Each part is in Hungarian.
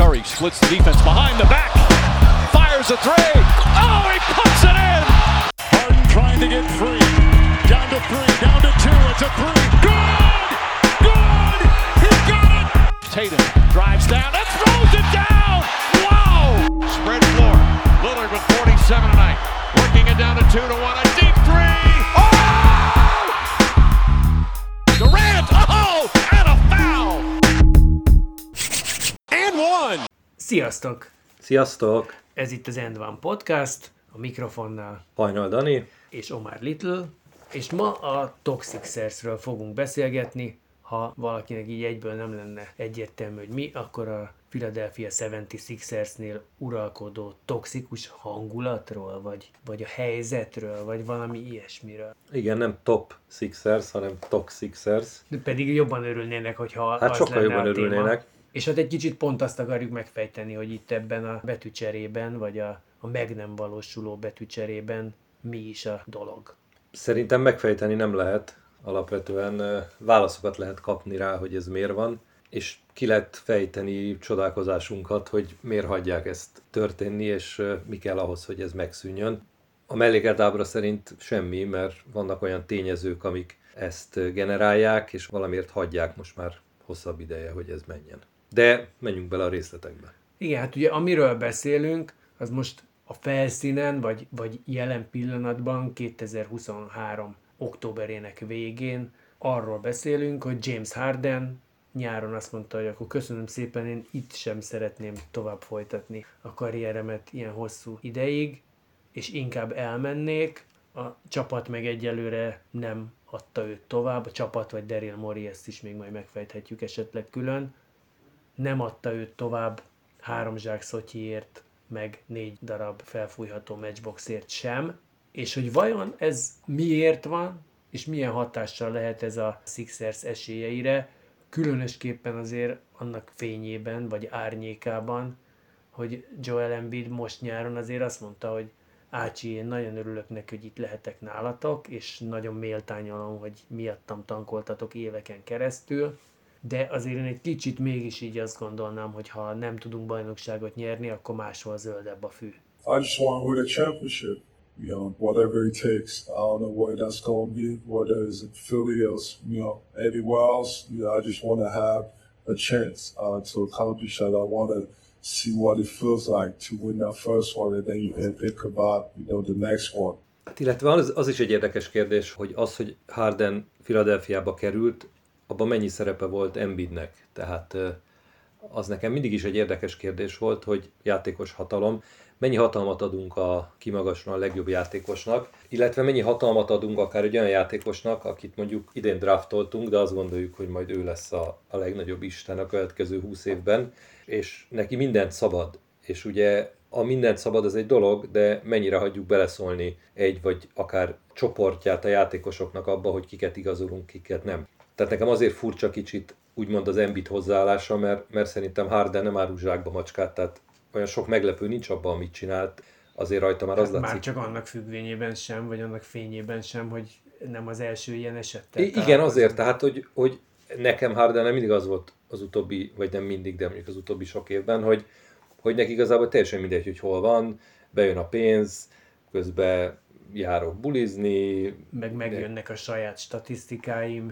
Murray splits the defense behind the back. Fires a three. Oh, he puts it in. Harden trying to get free. Down to three, down to two. It's a three. Good! Good! He got it! Tatum drives down and throws it down. Wow! Spread floor. Lillard with 47 tonight. Working it down to 2-1. A deep three. Oh! Durant. Oh! And a foul. And one. Sziasztok! Sziasztok! Ez itt az End One Podcast, a mikrofonnál Hajnal Dani. és Omar Little, és ma a Toxicsersről fogunk beszélgetni. Ha valakinek így egyből nem lenne egyértelmű, hogy mi, akkor a Philadelphia 76ersnél uralkodó toxikus hangulatról, vagy a helyzetről, vagy valami ilyesmiről. Igen, nem top Sixers, hanem Toxicers. De pedig jobban örülnének, hogyha Hát az sokkal lenne jobban a téma. örülnének. És hát egy kicsit pont azt akarjuk megfejteni, hogy itt ebben a betűcserében, vagy a meg nem valósuló betűcserében mi is a dolog. Szerintem megfejteni nem lehet. Alapvetően válaszokat lehet kapni rá, hogy ez miért van, és ki lehet fejteni csodálkozásunkat, hogy miért hagyják ezt történni, és mi kell ahhoz, hogy ez megszűnjön. A mellékelt ábra szerint semmi, mert vannak olyan tényezők, amik ezt generálják, és valamiért hagyják most már hosszabb ideje, hogy ez menjen. De menjünk bele a részletekbe. Igen, hát ugye amiről beszélünk, az most a felszínen, vagy jelen pillanatban 2023 októberének végén arról beszélünk, hogy James Harden nyáron azt mondta, hogy akkor köszönöm szépen, én itt sem szeretném tovább folytatni a karrieremet ilyen hosszú ideig, és inkább elmennék. A csapat meg egyelőre nem adta őt tovább, a csapat vagy Daryl Morey, ezt is még majd megfejthetjük esetleg külön, nem adta őt tovább 3 zsák szotyiért, meg 4 darab felfújható matchboxért sem, és hogy vajon ez miért van, és milyen hatással lehet ez a Sixers esélyeire, különösképpen azért annak fényében, vagy árnyékában, hogy Joel Embiid most nyáron azért azt mondta, hogy Ácsi, én nagyon örülök neki, hogy itt lehetek nálatok, és nagyon méltányolom, hogy miattam tankoltatok éveken keresztül, de azért én egy kicsit mégis így azt gondolnám, hogy ha nem tudunk bajnokságot nyerni, akkor máshol zöldebb a fű. I just want to win a championship. You know, whatever it takes. I don't know where that's going to be, whether it's in Philly or, you know, anywhere else. You know, I just want to have a chance to accomplish that. I want to see what it feels like to win that first one and then you can think about, you know, the next one. Hát illetve az is egy érdekes kérdés, hogy az, hogy Harden Philadelphiába került, abban mennyi szerepe volt Embiidnek. Tehát az nekem mindig is egy érdekes kérdés volt, hogy játékos hatalom, mennyi hatalmat adunk a kimagaslóan a legjobb játékosnak, illetve mennyi hatalmat adunk akár egy olyan játékosnak, akit mondjuk idén draftoltunk, de azt gondoljuk, hogy majd ő lesz a legnagyobb isten a következő 20 évben, és neki mindent szabad. És ugye a mindent szabad az egy dolog, de mennyire hagyjuk beleszólni egy vagy akár csoportját a játékosoknak abba, hogy kiket igazolunk, kiket nem. Tehát nekem azért furcsa kicsit úgymond az Embiid hozzáállása, mert szerintem Harden nem árul zsákba macskát, tehát olyan sok meglepő nincs abban, amit csinált, azért rajta már az látszik. Már csak annak függvényében sem, vagy annak fényében sem, hogy nem az első ilyen esettel. Igen, azért, tehát, hogy nekem Harden nem mindig az volt az utóbbi, vagy nem mindig, de mondjuk az utóbbi sok évben, hogy neki igazából teljesen mindegy, hogy hol van, bejön a pénz, közben járok bulizni. Meg megjönnek a saját statisztikáim.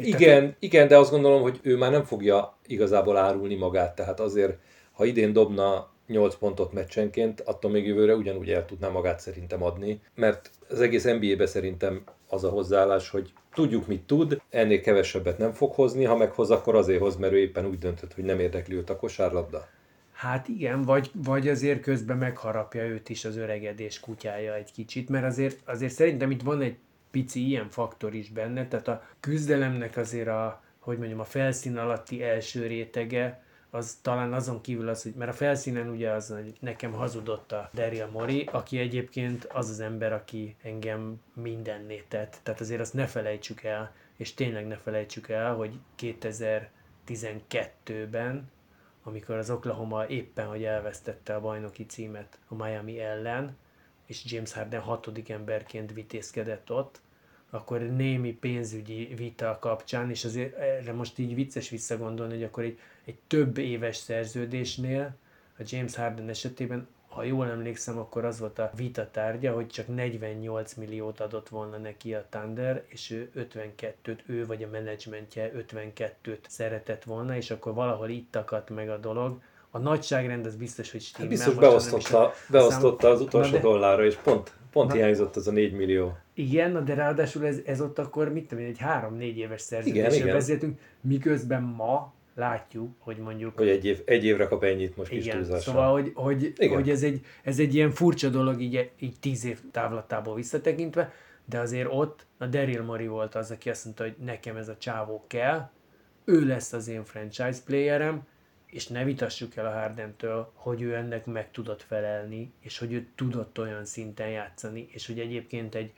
Igen, de azt gondolom, hogy ő már nem fogja igazából árulni magát, tehát azért, ha idén dobna 8 pontot meccsenként, attól még jövőre ugyanúgy el tudná magát szerintem adni, mert az egész NBA-be szerintem az a hozzáállás, hogy tudjuk, mit tud, ennél kevesebbet nem fog hozni, ha meghoz, akkor azért hoz, mert ő éppen úgy döntött, hogy nem érdekli őt a kosárlabda. Hát igen, vagy azért közben megharapja őt is az öregedés kutyája egy kicsit, mert azért szerintem itt van egy pici ilyen faktor is benne, tehát a küzdelemnek azért a felszín alatti első rétege, az talán azon kívül az, hogy, mert a felszínen ugye az, hogy nekem hazudott a Daryl Morey, aki egyébként az az ember, aki engem mindenné tett. Tehát azért azt ne felejtsük el, és tényleg ne felejtsük el, hogy 2012-ben, amikor az Oklahoma éppen, hogy elvesztette a bajnoki címet a Miami ellen, és James Harden 6. emberként vitézkedett ott, akkor némi pénzügyi vita kapcsán, és azért erre most így vicces visszagondolni, hogy akkor egy több éves szerződésnél a James Harden esetében, ha jól emlékszem, akkor az volt a vita tárgya, hogy csak 48 milliót adott volna neki a Thunder, és ő 52-t, ő vagy a menedzsmentje 52-t szeretett volna, és akkor valahol itt akadt meg a dolog. A nagyságrend az biztos, hogy stimmel. Biztos beosztotta az utolsó dollárra, és pont hiányzott az a 4 millió. Igen, de ráadásul ez ott akkor, mit tudom én, egy 3-4 éves szerződésről beszéltünk, miközben ma látjuk, hogy mondjuk... Hogy egy évre kap ennyit most kis túlzással. Szóval, hogy ez egy ilyen furcsa dolog így 10 év távlatából visszatekintve, de azért ott a Daryl Morey volt az, aki azt mondta, hogy nekem ez a csávó kell, ő lesz az én franchise playerem, és ne vitassuk el a Hardentől, hogy ő ennek meg tudott felelni, és hogy ő tudott olyan szinten játszani, és hogy egyébként egy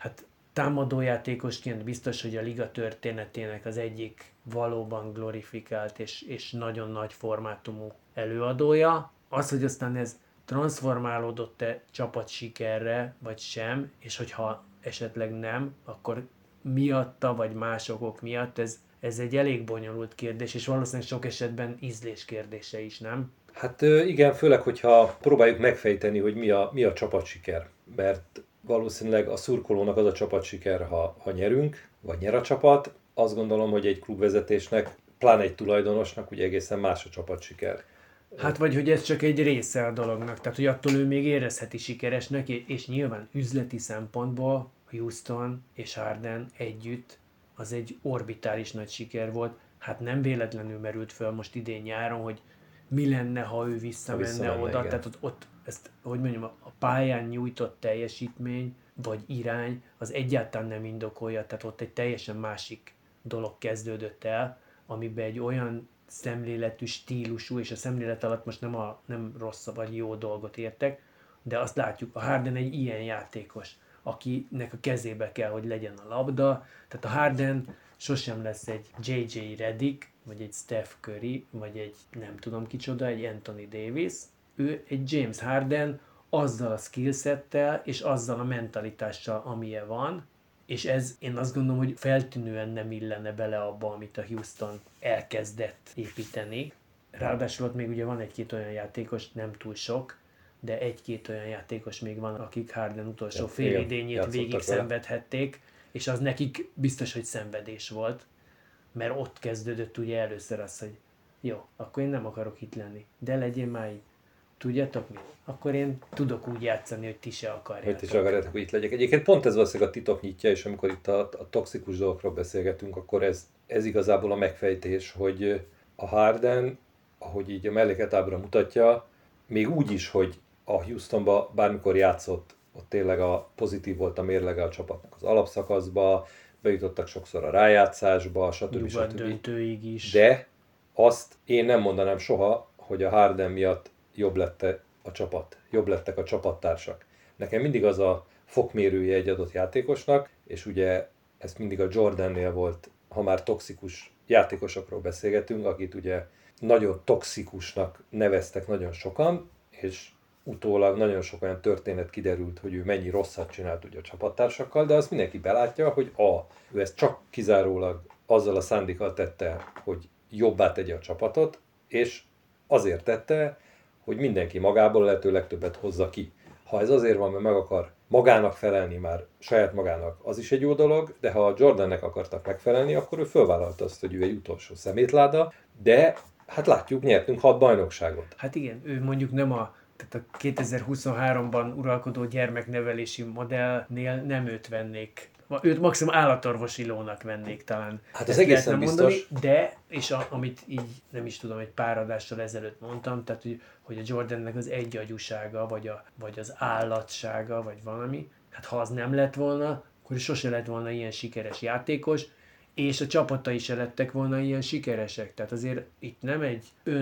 támadójátékosként biztos, hogy a liga történetének az egyik valóban glorifikált és nagyon nagy formátumú előadója. Az, hogy aztán ez transformálódott-e csapat sikerre, vagy sem, és hogyha esetleg nem, akkor miatta, vagy más okok miatt, ez egy elég bonyolult kérdés, és valószínűleg sok esetben ízlés kérdése is, nem? Hát igen, főleg, hogyha próbáljuk megfejteni, hogy mi a csapatsiker. Mert valószínűleg a szurkolónak az a csapatsiker, ha nyerünk, vagy nyer a csapat. Azt gondolom, hogy egy klubvezetésnek, pláne egy tulajdonosnak ugye egészen más a csapatsiker. Hát vagy, hogy ez csak egy része a dolognak, tehát hogy attól ő még érezheti sikeresnek, és nyilván üzleti szempontból Houston és Harden együtt az egy orbitális nagy siker volt. Hát nem véletlenül merült föl most idén nyáron, hogy mi lenne, ha ő visszamenne oda. Igen. Tehát ott ezt, hogy mondjam, a pályán nyújtott teljesítmény, vagy irány, az egyáltalán nem indokolja. Tehát ott egy teljesen másik dolog kezdődött el, amiben egy olyan szemléletű, stílusú, és a szemlélet alatt most nem rossz vagy jó dolgot értek, de azt látjuk, a Harden egy ilyen játékos, akinek a kezébe kell, hogy legyen a labda. Tehát a Harden sosem lesz egy J.J. Redick, vagy egy Steph Curry, vagy egy nem tudom kicsoda, egy Anthony Davis. Ő egy James Harden azzal a skillsettel, és azzal a mentalitással, amilyen van, és ez én azt gondolom, hogy feltűnően nem illene bele abba, amit a Houston elkezdett építeni. Ráadásul ott még ugye van egy-két olyan játékos, nem túl sok, de egy-két olyan játékos még van, akik Harden utolsó fél idényét végig szenvedhették, és az nekik biztos, hogy szenvedés volt, mert ott kezdődött ugye először az, hogy jó, akkor én nem akarok itt lenni, de legyen már így. Tudjátok mi? Akkor én tudok úgy játszani, hogy ti se akarjátok. Hogy ti se akarjátok, hogy itt legyek. Egyébként pont ez valószínűleg a titok nyitja, és amikor itt a toxikus dolgokról beszélgetünk, akkor ez igazából a megfejtés, hogy a Harden, ahogy így a mellékletábra mutatja, még úgy is, hogy a Houstonba bármikor játszott, ott tényleg a pozitív volt a mérlege a csapatnak az alapszakaszba, bejutottak sokszor a rájátszásba, stb. Döntőig is. De azt én nem mondanám soha, hogy a Harden miatt jobb lett a csapat, jobb lettek a csapattársak. Nekem mindig az a fokmérője egy adott játékosnak, és ugye ez mindig a Jordannél volt, ha már toxikus játékosokról beszélgetünk, akit ugye nagyon toxikusnak neveztek nagyon sokan, és utólag nagyon sok olyan történet kiderült, hogy ő mennyi rosszat csinált ugye a csapattársakkal, de azt mindenki belátja, hogy ő ezt csak kizárólag azzal a szándékkal tette, hogy jobbá tegye a csapatot, és azért tette, hogy mindenki magából lehető legtöbbet hozza ki. Ha ez azért van, mert meg akar magának felelni már, saját magának, az is egy jó dolog, de ha a Jordannek akartak megfelelni, akkor ő fölvállalta azt, hogy ő egy utolsó szemétláda, de hát látjuk, nyertünk 6 bajnokságot. Hát igen, ő mondjuk nem tehát a 2023-ban uralkodó gyermeknevelési modellnél nem őt vennék. Őt maximum állatorvosi lónak vennék talán. Hát ez egészen biztos. Mondani, de, és amit így nem is tudom, egy pár adással ezelőtt mondtam, tehát hogy a Jordannek az egyagyúsága, vagy az állatsága, vagy valami, hát ha az nem lett volna, akkor sose lett volna ilyen sikeres játékos, és a csapatai se lettek volna ilyen sikeresek. Tehát azért itt nem egy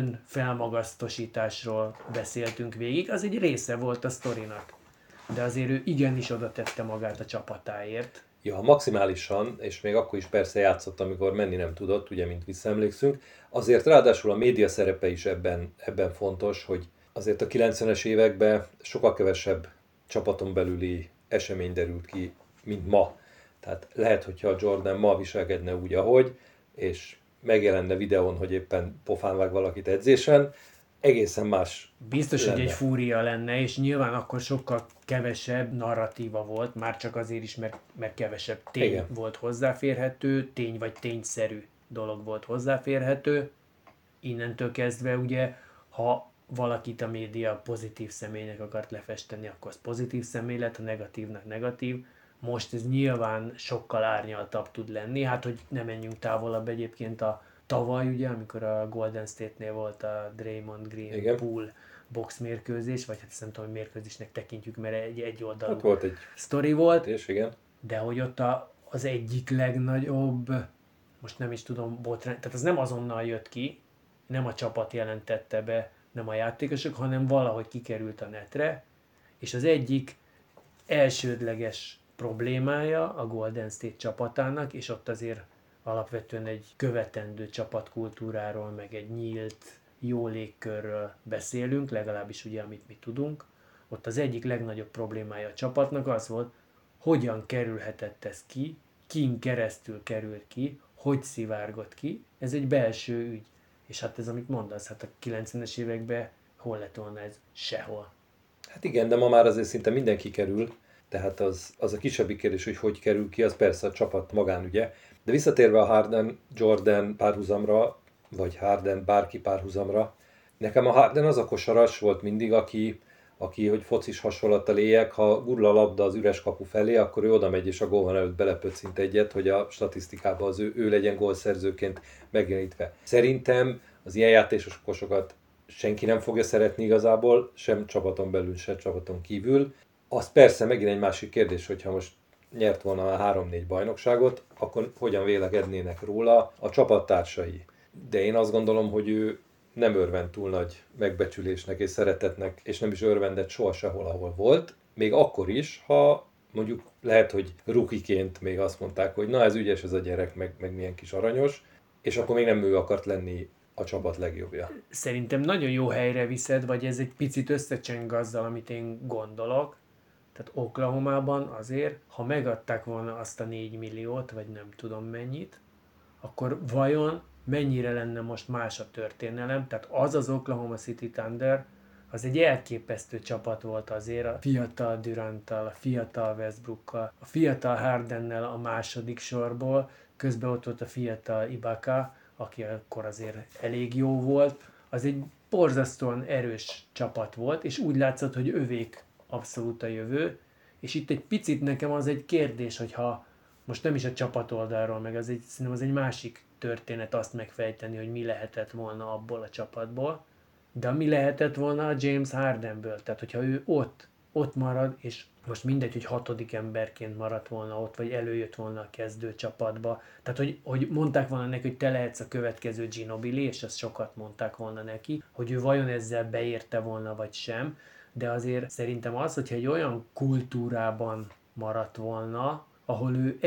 önfelmagasztosításról beszéltünk végig, az egy része volt a sztorinak. De azért ő igenis oda tette magát a csapatáért. Ja, maximálisan, és még akkor is persze játszott, amikor menni nem tudott, ugye, mint visszaemlékszünk. Azért ráadásul a média szerepe is ebben fontos, hogy azért a 90-es években sokkal kevesebb csapaton belüli esemény derült ki, mint ma. Tehát lehet, hogyha a Jordan ma viselkedne úgy, ahogy, és megjelenne videón, hogy éppen pofán vág valakit edzésen, egészen más Biztos, lenne. hogy egy fúria lenne, és nyilván akkor sokkal kevesebb narratíva volt, már csak azért is, mert kevesebb tény Igen. volt hozzáférhető, tény vagy tényszerű dolog volt hozzáférhető. Innentől kezdve ugye, ha valakit a média pozitív személynek akart lefesteni, akkor az pozitív személy lett, a negatívnak negatív. Most ez nyilván sokkal árnyaltabb tud lenni, hát hogy ne menjünk távolabb egyébként a tavaly, ugye, amikor a Golden State-nél volt a Draymond Green Igen. Poole boxmérkőzés, vagy hát ezt nem tudom, hogy mérkőzésnek tekintjük, mert egy oldalú Hát volt egy sztori volt, és igen. de hogy ott az egyik legnagyobb, most nem is tudom, botrány, tehát az nem azonnal jött ki, nem a csapat jelentette be, nem a játékosok, hanem valahogy kikerült a netre, és az egyik elsődleges problémája a Golden State csapatának, és ott azért alapvetően egy követendő csapatkultúráról, meg egy nyílt, jó légkörről beszélünk, legalábbis ugye, amit mi tudunk. Ott az egyik legnagyobb problémája a csapatnak az volt, hogyan kerülhetett ez ki, kin keresztül került ki, hogy szivárgott ki, ez egy belső ügy. És hát ez, amit mondasz, hát a 90-es években hol lett volna ez? Sehol. Hát igen, de ma már azért szinte mindenki kerül, tehát az a kisebbik kérdés, hogy kerül ki, az persze a csapat magánügye. De visszatérve a Harden-Jordan párhuzamra, vagy Harden bárki párhuzamra, nekem a Harden az a kosaras volt mindig, aki hogy focis hasonlattal éljek, ha gurul a labda az üres kapu felé, akkor ő oda megy és a gól van előtt belepöccint egyet, hogy a statisztikában az ő legyen gólszerzőként megjelenítve. Szerintem az ilyen játékosokat senki nem fogja szeretni igazából, sem csapaton belül, sem csapaton kívül. Az persze megint egy másik kérdés, hogyha most nyert volna a 3-4 bajnokságot, akkor hogyan vélekednének róla a csapattársai. De én azt gondolom, hogy ő nem örvend túl nagy megbecsülésnek és szeretetnek, és nem is örvendett soha sehol, ahol volt. Még akkor is, ha mondjuk lehet, hogy rukiként még azt mondták, hogy na ez ügyes ez a gyerek, meg milyen kis aranyos, és akkor még nem ő akart lenni a csapat legjobbja. Szerintem nagyon jó helyre viszed, vagy ez egy picit összecseng azzal, amit én gondolok. Tehát Oklahomában azért, ha megadták volna azt a 4 milliót, vagy nem tudom mennyit, akkor vajon mennyire lenne most más a történelem? Tehát az Oklahoma City Thunder, az egy elképesztő csapat volt azért, a fiatal Duranttal, a fiatal Westbrookkal, a fiatal Hardennel a második sorból, közben ott volt a fiatal Ibaka, aki akkor azért elég jó volt. Az egy borzasztóan erős csapat volt, és úgy látszott, hogy övék abszolút a jövő, és itt egy picit nekem az egy kérdés, hogyha most nem is a csapat oldalról, meg szerintem az egy másik történet azt megfejteni, hogy mi lehetett volna abból a csapatból, de mi lehetett volna a James Hardenből. Tehát, hogyha ő ott marad, és most mindegy, hogy 6. emberként maradt volna ott, vagy előjött volna a kezdő csapatba. Tehát, hogy mondták volna neki, hogy te lehetsz a következő Ginobili, és azt sokat mondták volna neki, hogy ő vajon ezzel beérte volna, vagy sem. De azért szerintem az, hogyha egy olyan kultúrában maradt volna, ahol ő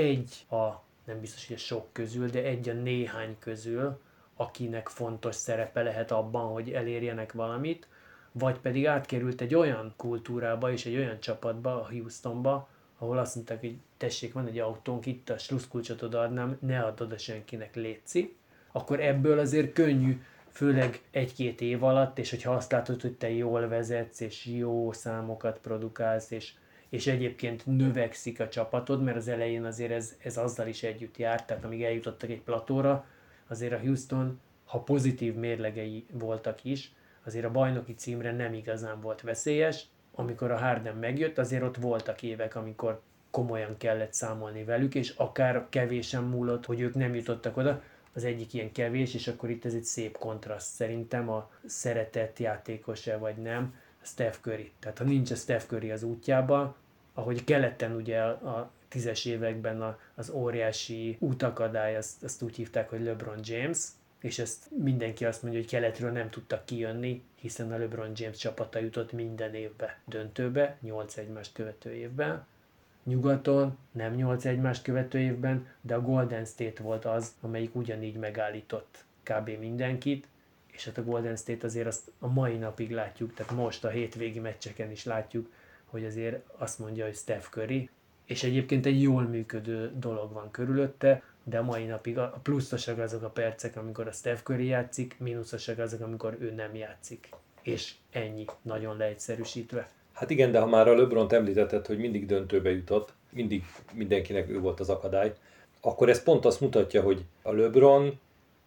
nem biztos, hogy a sok közül, de egy a néhány közül, akinek fontos szerepe lehet abban, hogy elérjenek valamit, vagy pedig átkerült egy olyan kultúrába és egy olyan csapatba, a Houstonba, ahol azt mondták, hogy tessék, van egy autónk, itt a slusszkulcsot odaadnám, ne add oda senkinek, létszi, akkor ebből azért könnyű, főleg 1-2 év alatt, és hogyha azt látod, hogy te jól vezetsz, és jó számokat produkálsz, és egyébként növekszik a csapatod, mert az elején azért ez azzal is együtt járt, tehát amíg eljutottak egy platóra, azért a Houston, ha pozitív mérlegei voltak is, azért a bajnoki címre nem igazán volt veszélyes. Amikor a Harden megjött, azért ott voltak évek, amikor komolyan kellett számolni velük, és akár kevésen múlott, hogy ők nem jutottak oda. Az egyik ilyen kevés, és akkor itt ez egy szép kontraszt szerintem, a szeretett játékos-e vagy nem, a Steph Curry. Tehát ha nincs a Steph Curry az útjában, ahogy keleten ugye a 10-es években az óriási útakadály, azt úgy hívták, hogy LeBron James, és ezt mindenki azt mondja, hogy keletről nem tudtak kijönni, hiszen a LeBron James csapata jutott minden évbe döntőbe, 8 egymást követő évben. Nyugaton nem 8 egymást követő évben, de a Golden State volt az, amelyik ugyanígy megállított kb. Mindenkit, és hát a Golden State azért azt a mai napig látjuk, tehát most a hétvégi meccseken is látjuk, hogy azért azt mondja, hogy Steph Curry, és egyébként egy jól működő dolog van körülötte. de a mai napig a pluszosak azok a percek, amikor a Steph Curry játszik, mínuszosak azok, amikor ő nem játszik. És ennyi, nagyon leegyszerűsítve. Hát igen, de ha már a LeBront említetted, hogy mindig döntőbe jutott, mindig mindenkinek ő volt az akadály, akkor ez pont azt mutatja, hogy a LeBron,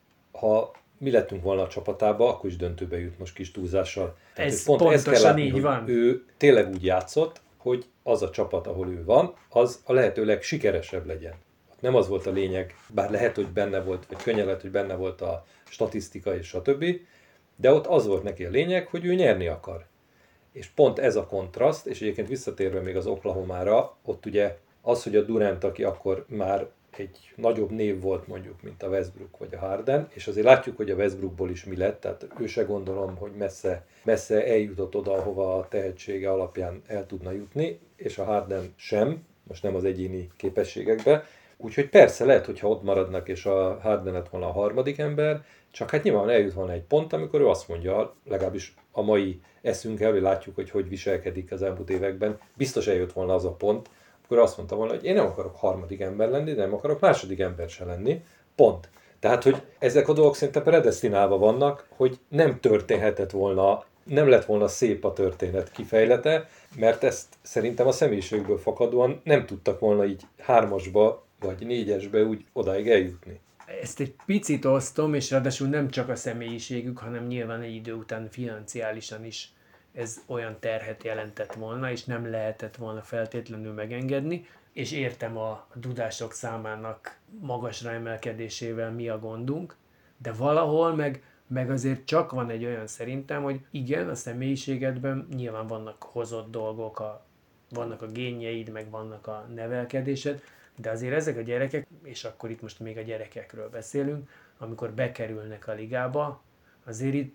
ha mi lettünk volna a csapatába, akkor is döntőbe jut most kis túlzással. Ez pont pontosan ezt kell látni, így hogy van. ő tényleg úgy játszott, hogy az a csapat, ahol ő van, az a lehető legsikeresebb legyen. Nem az volt a lényeg, bár lehet, hogy benne volt, vagy könnyen lehet, hogy benne volt a statisztika és stb., de ott az volt neki a lényeg, hogy ő nyerni akar. És pont ez a kontraszt, és egyébként visszatérve még az Oklahomára, ott ugye az, hogy a Durant, aki akkor már egy nagyobb név volt mondjuk, mint a Westbrook vagy a Harden, és azért látjuk, hogy a Westbrookból is mi lett, tehát ő se gondolom, hogy messze eljutott oda, ahova a tehetsége alapján el tudna jutni, és a Harden sem, most nem az egyéni képességekbe. Úgyhogy persze lehet, hogyha ott maradnak, és a Harden lett volna a harmadik ember, csak hát nyilván eljut volna egy pont, amikor ő azt mondja, legalábbis a mai eszünkkel, hogy látjuk, hogy viselkedik az elmúlt években, biztos eljött volna az a pont, akkor azt mondta volna, hogy én nem akarok harmadik ember lenni, de nem akarok második ember se lenni, pont. Tehát, hogy ezek a dolgok szinte predesztinálva vannak, hogy nem történhetett volna, nem lett volna szép a történet kifejlete, mert ezt szerintem a személyiségből fakadóan nem tudtak volna így 3-asba vagy 4-esbe úgy odáig eljutni. Ezt egy picit osztom, és ráadásul nem csak a személyiségük, hanem nyilván egy idő után financiálisan is ez olyan terhet jelentett volna, és nem lehetett volna feltétlenül megengedni, és értem a dudások számának magasra emelkedésével mi a gondunk, de valahol meg azért csak van egy olyan szerintem, hogy igen, a személyiségedben nyilván vannak hozott dolgok, vannak a génjeid, meg vannak a nevelkedésed, de azért ezek a gyerekek, és akkor itt most még a gyerekekről beszélünk, amikor bekerülnek a ligába, azért itt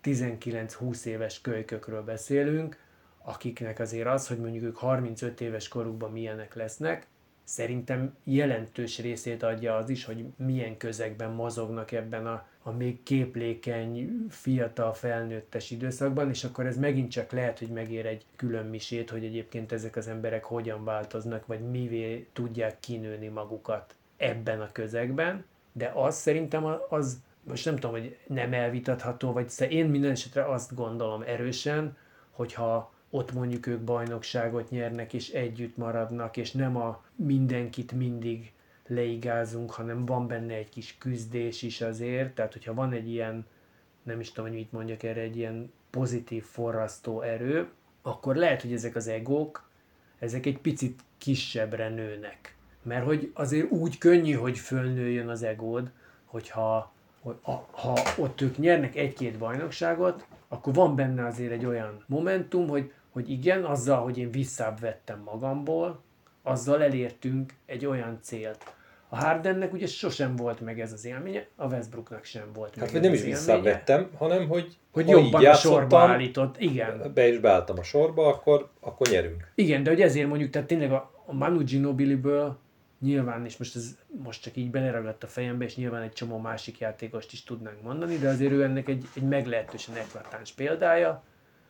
19-20 éves kölykökről beszélünk, akiknek azért az, hogy mondjuk ők 35 éves korukban milyenek lesznek, szerintem jelentős részét adja az is, hogy milyen közegben mozognak ebben a még képlékeny, fiatal, felnőttes időszakban, és akkor ez megint csak lehet, hogy megér egy külön misét, hogy egyébként ezek az emberek hogyan változnak, vagy mivé tudják kinőni magukat ebben a közegben, de az szerintem az most nem tudom, hogy nem elvitatható, vagy én minden esetre azt gondolom erősen, hogyha ott mondjuk ők bajnokságot nyernek, és együtt maradnak, és nem a mindenkit mindig leigázunk, hanem van benne egy kis küzdés is azért, tehát hogyha van egy ilyen, nem is tudom, hogy mit mondjak erre, egy ilyen pozitív forrasztó erő, akkor lehet, hogy ezek az egók, ezek egy picit kisebbre nőnek. Mert hogy azért úgy könnyű, hogy fölnőjön az egód, hogyha ha ott ők nyernek 1-2 bajnokságot, akkor van benne azért egy olyan momentum, hogy igen, azzal, hogy én visszább vettem magamból, azzal elértünk egy olyan célt. A Hardennek ugye sosem volt meg ez az élménye, a Westbrooknak sem volt meg hát, ez nem az is élménye. visszavettem, hanem hogy jobban a sorba állított. Igen. Be is beálltam a sorba, akkor nyerünk. Igen, de hogy ezért mondjuk, tehát tényleg a Manu Ginobili-ből nyilván, és most csak így beleragadt a fejembe, és nyilván egy csomó másik játékost is tudnánk mondani, de azért ő ennek egy meglehetősen eklatáns példája.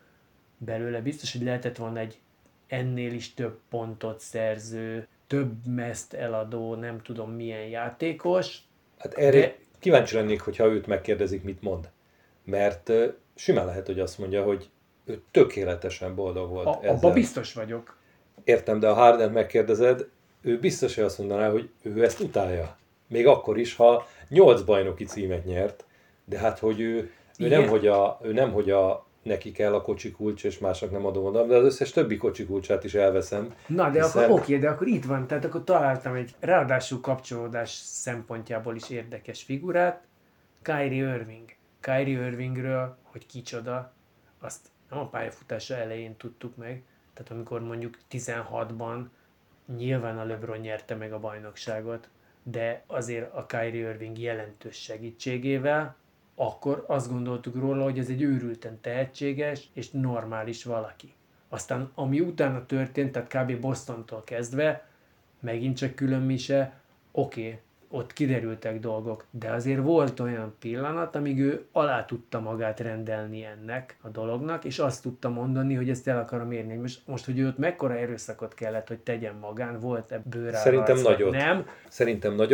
Belőle biztos, hogy lehetett volna egy ennél is több pontot szerző, több mezt eladó, nem tudom milyen játékos. Hát erre kíváncsi lennék, hogyha őt megkérdezik, mit mond. Mert simán lehet, hogy azt mondja, hogy ő tökéletesen boldog volt ezzel. Abba biztos vagyok. Értem, de a Hardent megkérdezed, ő biztos, hogy azt mondaná, hogy ő ezt utálja. Még akkor is, ha 8 bajnoki címet nyert, de hát, hogy ő nem, hogy neki kell a kocsi kulcs, és másnak nem adom oda, de az összes többi kocsi kulcsát is elveszem. Na, de akkor oké, de akkor itt van, tehát akkor találtam egy ráadásul kapcsolódás szempontjából is érdekes figurát, Kyrie Irving. Kyrie Irvingről, hogy kicsoda, azt nem a pályafutása elején tudtuk meg, tehát amikor mondjuk 16-ban nyilván a LeBron nyerte meg a bajnokságot, de azért a Kyrie Irving jelentős segítségével, akkor azt gondoltuk róla, hogy ez egy őrülten tehetséges és normális valaki. Aztán ami utána történt, tehát kb. Bostontól kezdve, megint csak külön mise, oké, ott kiderültek dolgok, de azért volt olyan pillanat, amíg ő alá tudta magát rendelni ennek a dolognak, és azt tudta mondani, hogy ezt el akarom érni. Most hogy őt mekkora erőszakot kellett, hogy tegyen magán, volt-e bőrárharc, Szerintem nagyot. nem? Szerintem nagyot,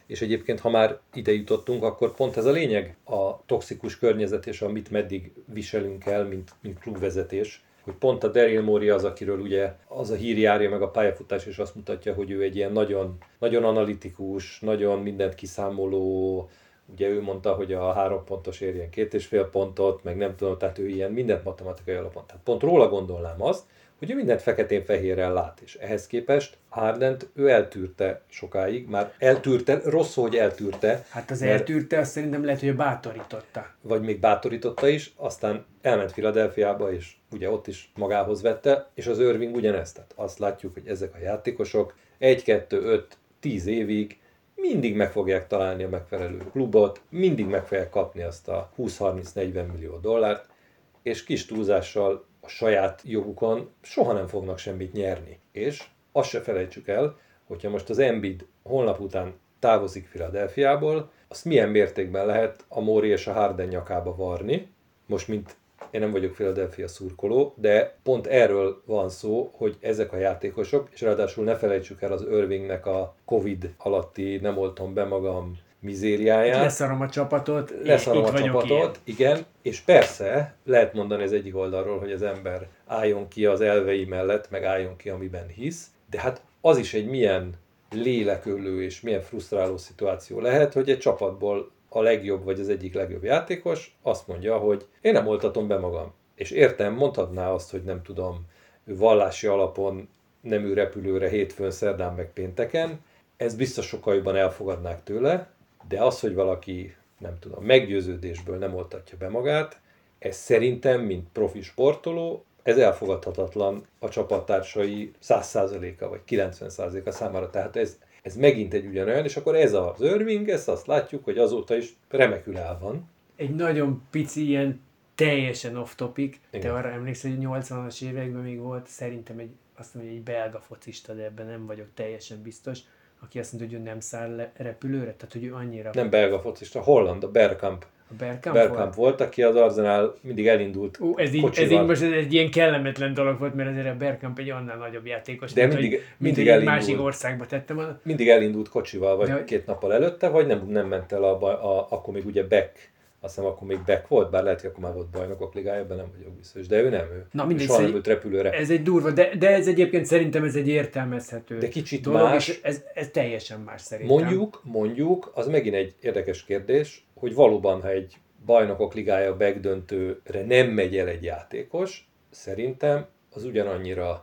És egyébként, ha már ide jutottunk, akkor pont ez a lényeg, a toxikus környezet és amit meddig viselünk el, mint klubvezetés, hogy pont a Daryl Morey az, akiről ugye az a hír járja meg a pályafutás, és azt mutatja, hogy ő egy ilyen nagyon, nagyon analitikus, nagyon mindent kiszámoló, ugye ő mondta, hogy a 3 pontos érjen 2,5 pontot, meg nem tudom, tehát ő ilyen mindent matematikai alapon. Tehát pont róla gondolnám azt, hogy ő mindent feketén-fehérrel lát, és ehhez képest Hardent ő eltűrte sokáig, már eltűrte, rossz, hogy eltűrte. Hát az eltűrte, azt szerintem lehet, hogy bátorította. Vagy még bátorította is, aztán elment Philadelphiába, és ugye ott is magához vette, és az Irving ugyanezt. Tehát azt látjuk, hogy ezek a játékosok 1, 2, 5, 10 évig mindig meg fogják találni a megfelelő klubot, mindig meg fogják kapni azt a 20-30-40 millió dollárt, és kis túlzással a saját jogukon soha nem fognak semmit nyerni. És azt se felejtsük el, hogyha most az Embiid holnap után távozik Philadelphiából, azt milyen mértékben lehet a Morey és a Harden nyakába varni. Most, mint én nem vagyok Philadelphia szurkoló, de pont erről van szó, hogy ezek a játékosok, és ráadásul ne felejtsük el az Irvingnek a Covid alatti nem oltom be magam mizériáját. Leszarom a csapatot, Leszarom a csapatot, igen, és persze lehet mondani az egyik oldalról, hogy az ember álljon ki az elvei mellett, meg álljon ki, amiben hisz, de hát az is egy milyen lélekölő és milyen frusztráló szituáció lehet, hogy egy csapatból a legjobb vagy az egyik legjobb játékos azt mondja, hogy én nem oltatom be magam. És értem, mondhatná azt, hogy nem tudom, ő vallási alapon nem ül repülőre hétfőn, szerdán meg pénteken, ezt biztos sokkal jobban elfogadnák tőle, de az, hogy valaki, nem tudom, meggyőződésből nem oltatja be magát, ez szerintem, mint profi sportoló, ez elfogadhatatlan a csapattársai 100%-a vagy 90%-a számára. Tehát ez megint egy ugyanolyan, és akkor ez az Irving, ezt azt látjuk, hogy azóta is remekül el van. Egy nagyon pici, ilyen teljesen off-topic, Igen. te arra emlékszel, hogy 80-as években még volt, szerintem azt mondom, hogy egy belga focista, de ebben nem vagyok teljesen biztos, aki azt mondta, hogy ő nem száll le repülőre, tehát hogy ő annyira... Nem belga focista, holland, a Bergkamp. A Bergkamp volt, aki az Arsenal mindig elindult ez így most egy ilyen kellemetlen dolog volt, mert azért a Bergkamp egy annál nagyobb játékos, de mindig egy másik országba tettem. Mindig elindult kocsival, vagy de, 2 nappal előtte, vagy nem ment el akkor még ugye Beck, azt hiszem akkor még Beck volt, bár lehet, hogy akkor már volt Bajnokok Ligája, ebben nem vagyok biztos, de ő nem, ő. Na mindegy, soha nem ült repülőre. Ez egy durva, de ez egyébként szerintem ez egy értelmezhető de kicsit dolog, más. És ez teljesen más szerintem. Mondjuk, az megint egy érdekes kérdés, hogy valóban, ha egy Bajnokok Ligája megdöntőre nem megy el egy játékos, szerintem az ugyanannyira.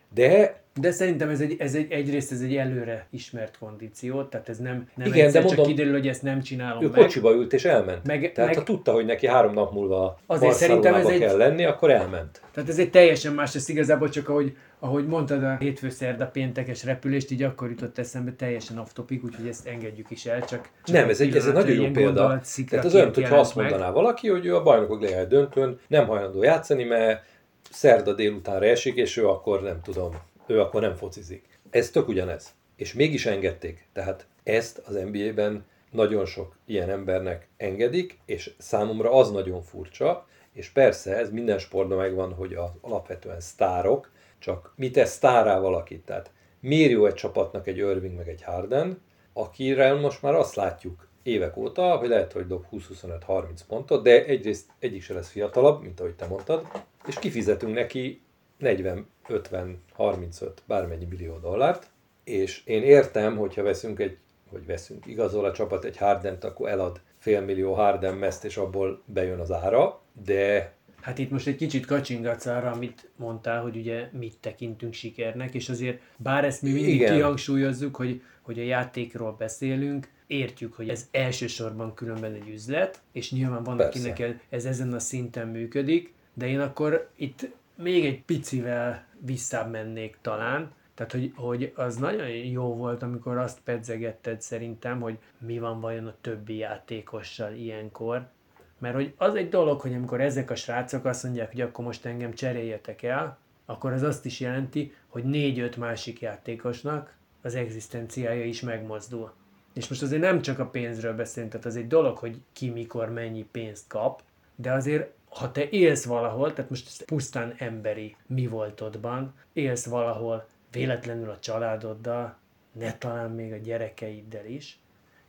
De szerintem egyrészt ez egy előre ismert kondíció, tehát ez nem igen, egyszer de csak mondom, kiderül, hogy ezt nem csinálom ő meg. kocsiba ült és elment. Tehát ha tudta, hogy neki 3 nap múlva Barcelonába kell lenni, akkor elment. Tehát ez egy teljesen más, ez igazából csak ahogy mondtad a hétfő-szerda péntekes repülést, így akkor jutott eszembe, teljesen off-topic, úgyhogy ezt engedjük is el, csak nem, ez egy nagyon jó példa. Tehát az olyan, hogyha azt mondaná valaki, hogy ő a Bajnokok Ligája döntőn nem hajlandó játszani, mert szerda délutánra esik, és ő akkor nem tudom, ő akkor nem focizik. Ez tök ugyanez. És mégis engedték. Tehát ezt az NBA-ben nagyon sok ilyen embernek engedik, és számomra az nagyon furcsa, és persze ez minden sportban megvan, hogy az alapvetően sztárok, csak mit tesz sztárrá valakit? Tehát miért jó egy csapatnak egy Irving meg egy Harden, akire most már azt látjuk évek óta, hogy lehet, hogy dob 20-25-30 pontot, de egyrészt egyik se lesz fiatalabb, mint ahogy te mondtad, és kifizetünk neki 40, 50, 35, bármennyi millió dollárt, és én értem, hogyha igazol a csapat egy Hardent, akkor elad $500 000 Harden meszt, és abból bejön az ára, de... Hát itt most egy kicsit kacsingatsz arra, amit mondtál, hogy ugye mit tekintünk sikernek, és azért bár ezt mi mindig kihangsúlyozzuk, hogy a játékról beszélünk, értjük, hogy ez elsősorban különben egy üzlet, és nyilván van, akinek ez ezen a szinten működik, de én akkor itt még egy picivel visszább mennék talán, tehát hogy az nagyon jó volt, amikor azt pedzegetted szerintem, hogy mi van vajon a többi játékossal ilyenkor, mert hogy az egy dolog, hogy amikor ezek a srácok azt mondják, hogy akkor most engem cseréljetek el, akkor az azt is jelenti, hogy 4-5 másik játékosnak az egzisztenciája is megmozdul. És most azért nem csak a pénzről beszélünk, tehát az egy dolog, hogy ki mikor mennyi pénzt kap, de azért ha te élsz valahol, tehát most pusztán emberi mi voltodban, élsz valahol véletlenül a családoddal, ne talán még a gyerekeiddel is,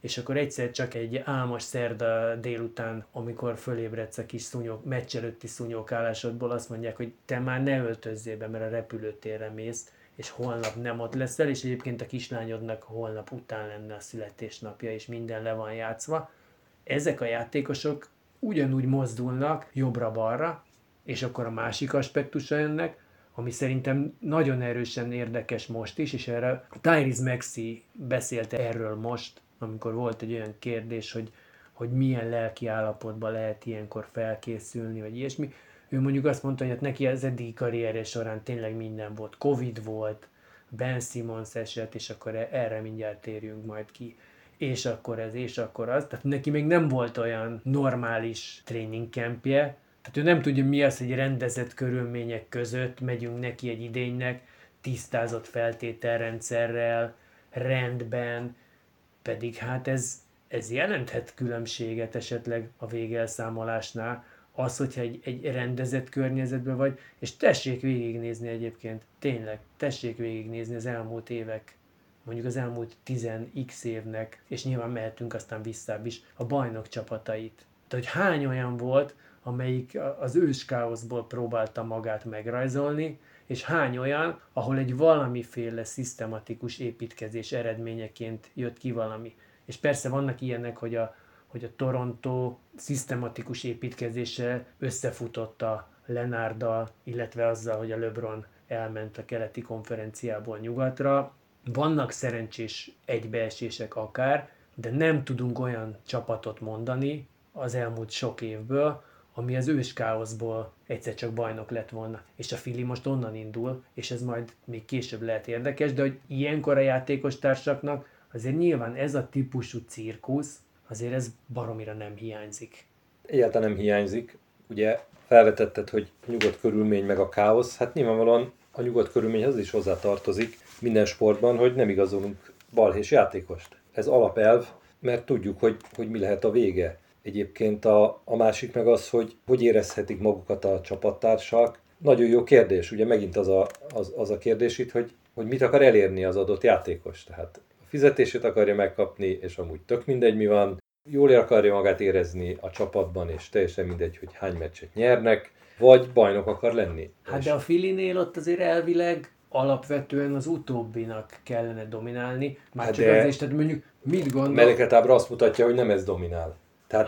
és akkor egyszer csak egy álmos szerda délután, amikor fölébredsz a kis meccs előtti szúnyókálásodból, azt mondják, hogy te már ne öltözzél be, mert a repülőtérre mész, és holnap nem ott leszel, és egyébként a kislányodnak holnap után lenne a születésnapja, és minden le van játszva. Ezek a játékosok ugyanúgy mozdulnak jobbra-balra, és akkor a másik aspektusa ennek, ami szerintem nagyon erősen érdekes most is, és erre Tyrese Maxey beszélt erről most, amikor volt egy olyan kérdés, hogy milyen lelki állapotban lehet ilyenkor felkészülni, vagy ilyesmi. Ő mondjuk azt mondta, hogy hát neki az eddigi karrierje során tényleg minden volt. Covid volt, Ben Simmons eset, és akkor erre mindjárt térjünk majd ki. És akkor ez, és akkor az. Tehát neki még nem volt olyan normális training campje, tehát ő nem tudja, mi az, hogy rendezett körülmények között megyünk neki egy idénynek, tisztázott feltételrendszerrel, rendben, pedig hát ez jelenthet különbséget esetleg a végelszámolásnál, az, hogyha egy rendezett környezetben vagy, és tessék végignézni egyébként, tényleg, tessék végignézni az elmúlt évek, mondjuk az elmúlt 10x évnek, és nyilván mehetünk aztán visszább is, a bajnok csapatait. Tehát, hogy hány olyan volt, amelyik az őskáoszból próbálta magát megrajzolni, és hány olyan, ahol egy valamiféle szisztematikus építkezés eredményeként jött ki valami. És persze vannak ilyenek, hogy a Toronto szisztematikus építkezése összefutott a Leonarddal, illetve azzal, hogy a LeBron elment a keleti konferenciából nyugatra. Vannak szerencsés egybeesések akár, de nem tudunk olyan csapatot mondani az elmúlt sok évből, ami az őskáoszból egyszer csak bajnok lett volna. És a Philly most onnan indul, és ez majd még később lehet érdekes, de hogy ilyenkor a játékostársaknak azért nyilván ez a típusú cirkusz, azért ez baromira nem hiányzik. Egyáltalán nem hiányzik. Ugye felvetetted, hogy nyugodt körülmény meg a káosz. Hát nyilvánvalóan a nyugodt körülményhez is hozzá tartozik minden sportban, hogy nem igazolunk balhés játékost. Ez alapelv, mert tudjuk, hogy mi lehet a vége. Egyébként a másik meg az, hogy érezhetik magukat a csapattársak. Nagyon jó kérdés, ugye megint az a kérdés itt, hogy mit akar elérni az adott játékos. Tehát a fizetését akarja megkapni, és amúgy tök mindegy mi van. Jól akarja magát érezni a csapatban, és teljesen mindegy, hogy hány meccset nyernek, vagy bajnok akar lenni. Hát de a Phillynél ott azért elvileg alapvetően az utóbbinak kellene dominálni. Már csak azért is, tehát mondjuk mit gondol? Mellékelt ábra azt mutatja, hogy nem ez dominál. Tehát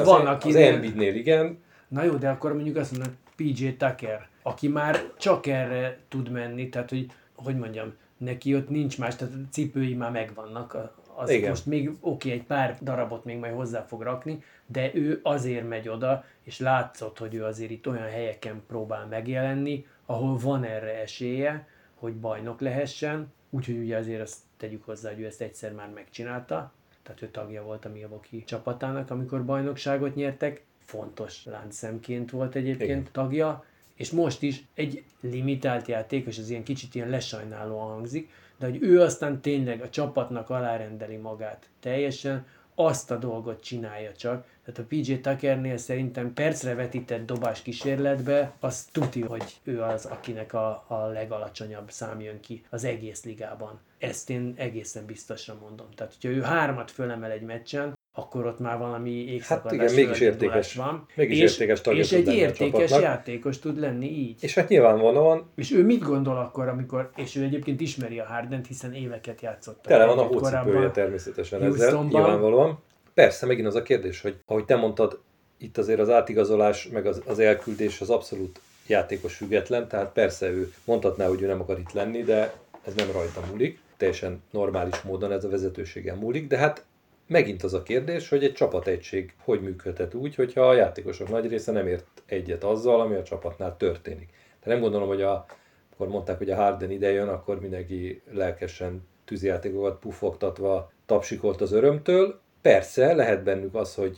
az Embiidnél igen. Na jó, de akkor mondjuk azt mondom, PJ Tucker, aki már csak erre tud menni, tehát hogy mondjam, neki ott nincs más, tehát a cipői már megvannak, az igen. Most még egy pár darabot még majd hozzá fog rakni, de ő azért megy oda, és látszott, hogy ő azért itt olyan helyeken próbál megjelenni, ahol van erre esélye, hogy bajnok lehessen, úgyhogy ugye azért azt tegyük hozzá, hogy ő ezt egyszer már megcsinálta, tehát ő tagja volt a Milwaukee csapatának, amikor bajnokságot nyertek, fontos láncszemként volt egyébként igen. Tagja, és most is egy limitált játékos, az ilyen kicsit ilyen lesajnálóan hangzik, de hogy ő aztán tényleg a csapatnak alárendeli magát teljesen, azt a dolgot csinálja csak. Tehát a PJ Tuckernél szerintem percre vetített dobás kísérletbe, az tuti, hogy ő az, akinek a legalacsonyabb szám jön ki az egész ligában. Ezt én egészen biztosra mondom. Tehát, hogyha ő 3 fölemel egy meccsen, akkor ott már valami égszakadás van. Mégis értékes tagja és egy értékes játékos tud lenni így. És hát nyilvánvalóan... És ő mit gondol akkor, és ő egyébként ismeri a Hardent, hiszen éveket játszott. Tele van a hócipője természetesen ezzel, nyilvánvalóan. Persze, megint az a kérdés, hogy ahogy te mondtad, itt azért az átigazolás, meg az elküldés az abszolút játékos független, tehát persze ő mondhatná, hogy ő nem akar itt lenni, de ez nem rajta múlik. Teljesen normális módon ez a vezetőségen múlik, de hát megint az a kérdés, hogy egy csapategység hogy működhet úgy, hogyha a játékosok nagy része nem ért egyet azzal, ami a csapatnál történik. De nem gondolom, hogy akkor mondták, hogy a Harden ide jön, akkor mindenki lelkesen tűzijátékokat pufogtatva tapsikolt az örömtől. Persze, lehet bennük az, hogy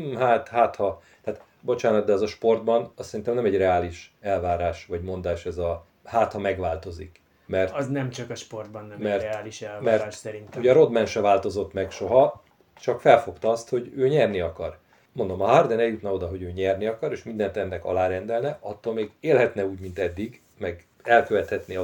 ha, tehát bocsánat, de ez a sportban azt szerintem nem egy reális elvárás vagy mondás ez a ha megváltozik. Mert, az nem csak a sportban nem egy reális elvárás szerintem. Ugye a Rodman se változott meg soha, csak felfogta azt, hogy ő nyerni akar. Mondom, ha Harden eljutna oda, hogy ő nyerni akar, és mindent ennek alárendelne, attól még élhetne úgy, mint eddig, meg elkövethetné azokat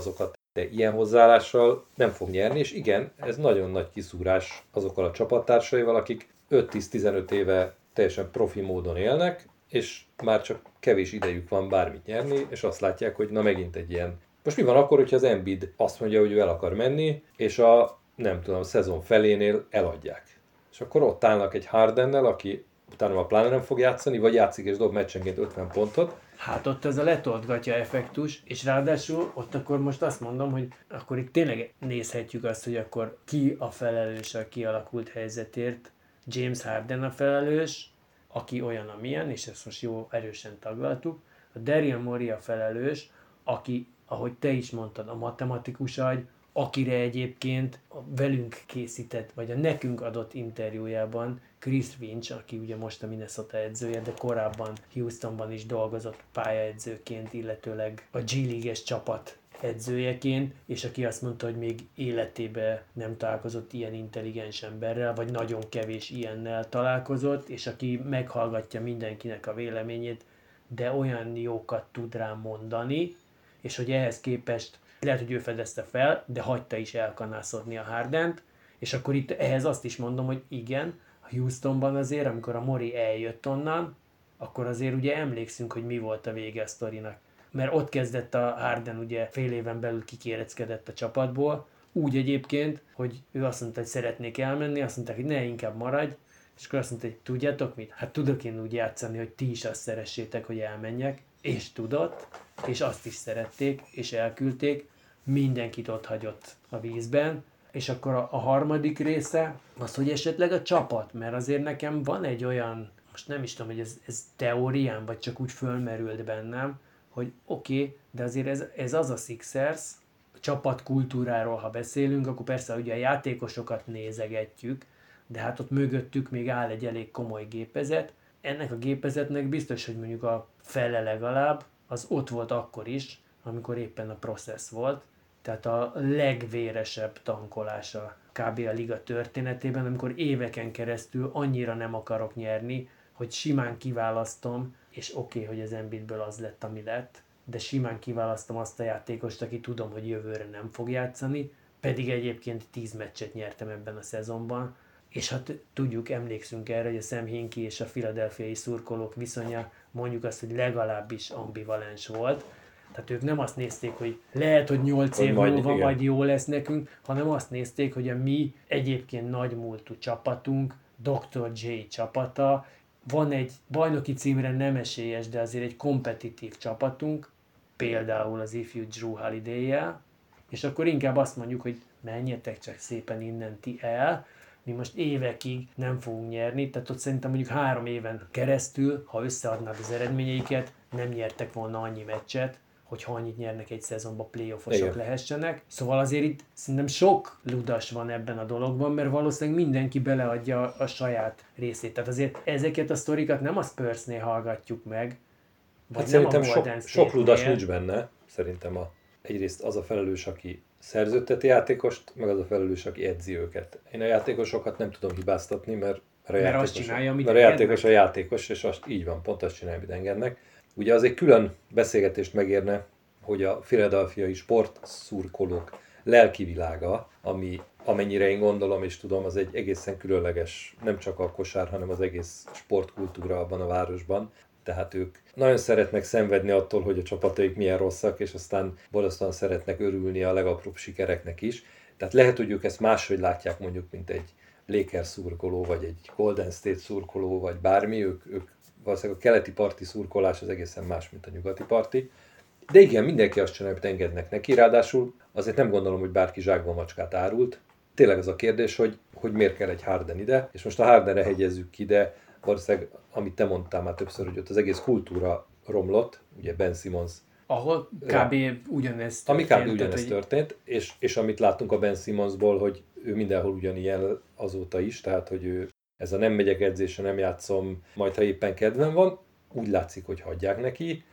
De ilyen hozzáállással nem fog nyerni, és igen, ez nagyon nagy kiszúrás azokkal a csapattársaival, akik 5-10-15 éve teljesen profi módon élnek, és már csak kevés idejük van bármit nyerni, és azt látják, hogy na megint egy ilyen. Most mi van akkor, hogyha az Embiid azt mondja, hogy ő el akar menni, és a szezon felénél eladják. És akkor ott állnak egy Hardennel, aki utána a pláne nem fog játszani, vagy játszik és dob meccsenként 50 pontot. Hát ott ez a letoltgatja effektus, és ráadásul ott akkor most azt mondom, hogy akkor itt tényleg nézhetjük azt, hogy akkor ki a felelős a kialakult helyzetért. James Harden a felelős, aki olyan, amilyen, és ezt most jó erősen taglaltuk. A Daryl Morey a felelős, aki, ahogy te is mondtad, a matematikus agy, akire egyébként a velünk készített, vagy a nekünk adott interjújában Chris Finch, aki ugye most a Minnesota edzője, de korábban Houstonban is dolgozott pályaedzőként, illetőleg a G-League-es csapat edzőjeként, és aki azt mondta, hogy még életében nem találkozott ilyen intelligens emberrel, vagy nagyon kevés ilyennel találkozott, és aki meghallgatja mindenkinek a véleményét, de olyan jókat tud rám mondani, és hogy ehhez képest lehet, hogy ő fedezte fel, de hagyta is elkanászodni a Hardent, és akkor itt ehhez azt is mondom, hogy igen, a Houstonban azért, amikor a Morey eljött onnan, akkor azért ugye emlékszünk, hogy mi volt a vége a sztorinak. Mert ott kezdett a Harden ugye fél éven belül kikéreckedett a csapatból, úgy egyébként, hogy ő azt mondta, hogy szeretnék elmenni, azt mondták, hogy ne, inkább maradj, és akkor azt mondta, hogy tudjátok mit? Hát tudok én úgy játszani, hogy ti is azt szeressétek, hogy elmenjek, és tudott, és azt is szerették, és elküldték, mindenkit ott hagyott a vízben, és akkor a harmadik része az, hogy esetleg a csapat, mert azért nekem van egy olyan, most nem is tudom, hogy ez teóriám, vagy csak úgy fölmerült bennem, hogy oké, de azért ez az a Sixers, a csapatkultúráról, ha beszélünk, akkor persze ugye a játékosokat nézegetjük, de hát ott mögöttük még áll egy elég komoly gépezet. Ennek a gépezetnek biztos, hogy mondjuk a fele legalább, az ott volt akkor is, amikor éppen a process volt. Tehát a legvéresebb tankolása kb. A liga történetében, amikor éveken keresztül annyira nem akarok nyerni, hogy simán kiválasztom, és oké, hogy az Embiidből az lett, ami lett, de simán kiválasztom azt a játékost, aki tudom, hogy jövőre nem fog játszani, pedig egyébként 10 meccset nyertem ebben a szezonban, és hát tudjuk, emlékszünk erre, hogy a Sam Hinkie és a philadelphiai szurkolók viszonya mondjuk azt, hogy legalábbis ambivalens volt. Tehát ők nem azt nézték, hogy lehet, hogy 8 év múlva majd jó lesz nekünk, hanem azt nézték, hogy a mi egyébként nagymúltú csapatunk, Dr. J csapata, van egy bajnoki címre nem esélyes, de azért egy kompetitív csapatunk, például az ifjú Drew Holiday-jel, és akkor inkább azt mondjuk, hogy menjetek csak szépen innen ti el, mi most évekig nem fogunk nyerni, tehát ott szerintem mondjuk 3 éven keresztül, ha összeadnád az eredményeiket, nem nyertek volna annyi meccset, hogyha annyit nyernek egy szezonban, playoffosok lehessenek. Szóval azért itt szerintem sok ludas van ebben a dologban, mert valószínűleg mindenki beleadja a saját részét. Tehát azért ezeket a sztorikat nem a Spursnél hallgatjuk meg, vagy hát nem szerintem sok ludas nincs benne. Szerintem egyrészt az a felelős, aki szerződteti játékost, meg az a felelős, aki edzi őket. Én a játékosokat nem tudom hibáztatni, mert a játékos a játékos, és így van, pont azt csinálja, amit engednek. Ugye az egy külön beszélgetést megérne, hogy a philadelphiai sportszurkolók lelkivilága, ami amennyire én gondolom és tudom, az egy egészen különleges, nem csak a kosár, hanem az egész sportkultúra abban a városban. Tehát ők nagyon szeretnek szenvedni attól, hogy a csapataik milyen rosszak, és aztán borzasztóan szeretnek örülni a legapróbb sikereknek is. Tehát lehet, hogy ők ezt máshogy látják mondjuk, mint egy Lakers szurkoló, vagy egy Golden State szurkoló, vagy bármi. Ők valószínűleg a keleti parti szurkolás az egészen más, mint a nyugati parti. De igen, mindenki azt csinálja, hogy engednek neki, ráadásul azért nem gondolom, hogy bárki zsákba macskát árult. Tényleg az a kérdés, hogy miért kell egy Harden ide, és most a Hardenre hegyezzük ki, de valószínűleg, amit te mondtál már többször, hogy ott az egész kultúra romlott, ugye Ben Simmons. Ahol kb. Ugyanezt történt. Ami kb. Ugyanezt történt, és amit láttunk a Ben Simmonsból, hogy ő mindenhol ugyanilyen azóta is, tehát hogy ő ez a nem megyek edzésre, nem játszom, majd ha éppen kedvem van, úgy látszik, hogy hagyják neki.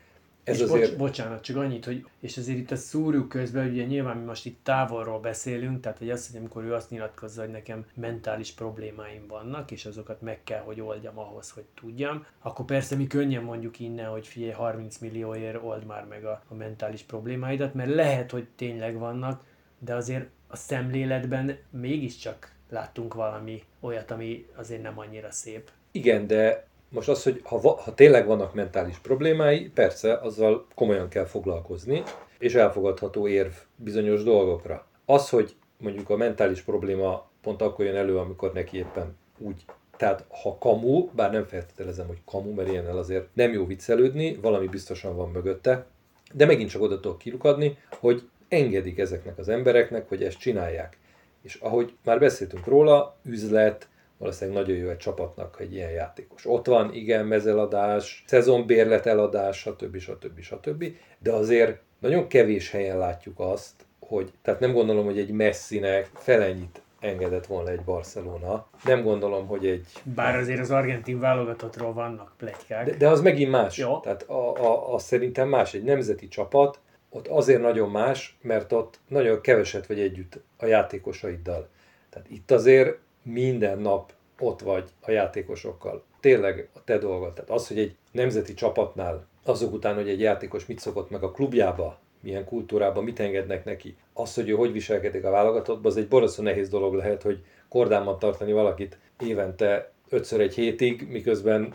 Ez és azért... bocsánat, csak annyit, hogy és azért itt a szúrjuk közben, ugye nyilván mi most itt távolról beszélünk, tehát hogy azt, hogy amikor ő azt nyilatkozza, hogy nekem mentális problémáim vannak, és azokat meg kell, hogy oldjam ahhoz, hogy tudjam, akkor persze mi könnyen mondjuk innen, hogy figyelj, 30 millióért old már meg a mentális problémáidat, mert lehet, hogy tényleg vannak, de azért a szemléletben mégiscsak láttunk valami olyat, ami azért nem annyira szép. Igen, de most az, hogy ha tényleg vannak mentális problémái, persze, azzal komolyan kell foglalkozni, és elfogadható érv bizonyos dolgokra. Az, hogy mondjuk a mentális probléma pont akkor jön elő, amikor neki éppen úgy, tehát ha kamu, bár nem feltételezem, hogy kamu, mert ilyennel azért nem jó viccelődni, valami biztosan van mögötte, de megint csak oda tudok kilukadni, hogy engedik ezeknek az embereknek, hogy ezt csinálják. És ahogy már beszéltünk róla, üzlet, valószínűleg nagyon jó egy csapatnak egy ilyen játékos. Ott van, igen, mezeladás, szezonbérlet eladás, stb. De azért nagyon kevés helyen látjuk azt, hogy, tehát nem gondolom, hogy egy Messinek felennyit engedett volna egy Barcelona. Nem gondolom, hogy egy... Bár azért az argentin válogatottról vannak pletykák. De az megint más. Jó. Tehát az szerintem más. Egy nemzeti csapat, ott azért nagyon más, mert ott nagyon keveset vagy együtt a játékosaiddal. Tehát itt azért minden nap ott vagy a játékosokkal. Tényleg a te dolgod. Tehát az, hogy egy nemzeti csapatnál azok után, hogy egy játékos mit szokott meg a klubjába, milyen kultúrában, mit engednek neki, az, hogy ő hogy viselkedik a válogatottban, az egy borzasztó nehéz dolog lehet, hogy kordában tartani valakit évente 5-ször egy hétig, miközben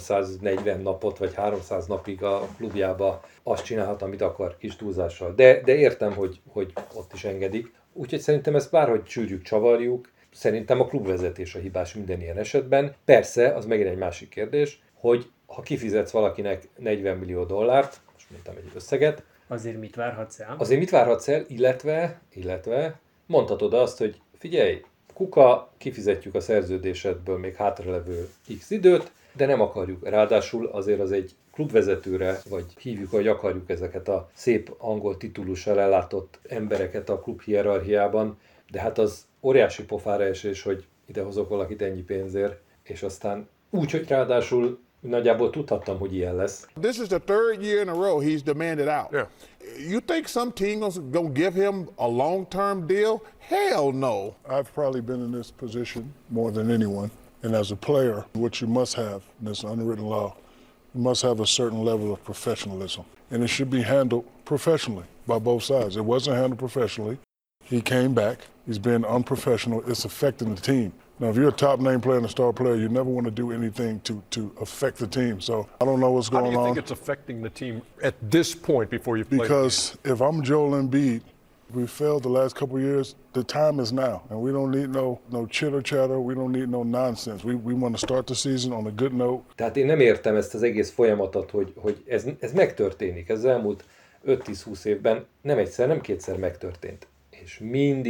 340 napot vagy 300 napig a klubjába azt csinálhat, amit akar, kis túlzással. De értem, hogy ott is engedik. Úgyhogy szerintem ezt bárhogy csűrjük, csavarjuk, szerintem a klubvezetés a hibás minden ilyen esetben. Persze, az megint egy másik kérdés, hogy ha kifizetsz valakinek 40 millió dollárt, most mondtam egy összeget, Azért mit várhatsz el? azért mit várhatsz el, illetve mondhatod azt, hogy figyelj, kuka, kifizetjük a szerződésedből még hátralevő x időt, de nem akarjuk. Ráadásul azért az egy klubvezetőre, vagy hívjuk, hogy akarjuk ezeket a szép angol titulussal ellátott embereket a klub hierarchiában, de hát az óriási pofára esés, hogy idehozok valakit ennyi pénzért, és aztán úgy, hogy ráadásul nagyjából tudhattam, hogy ilyen lesz. This is the third year in a row he's demanded out. Yeah. You think some team's gonna give him a long-term deal? Hell no. I've probably been in this position more than anyone. And as a player, what you must have, and it's unwritten law, you must have a certain level of professionalism. And it should be handled professionally by both sides. It wasn't handled professionally. He came back. He's been unprofessional. It's affecting the team. Now, if you're a top name player and a star player, you never want to do anything to affect the team. So I don't know what's How going do you on. think it's affecting the team at this point before you play? Because if I'm Joel Embiid, we failed the last couple of years. The time is now, and we don't need no chitter chatter. We don't need no nonsense. We want to start the season on a good note. Tehát én nem értem ezt az egész folyamatot, hogy ez megtörténik. Ez az elmúlt 5-10-20 évben nem egyszer, nem kétszer megtörtént. És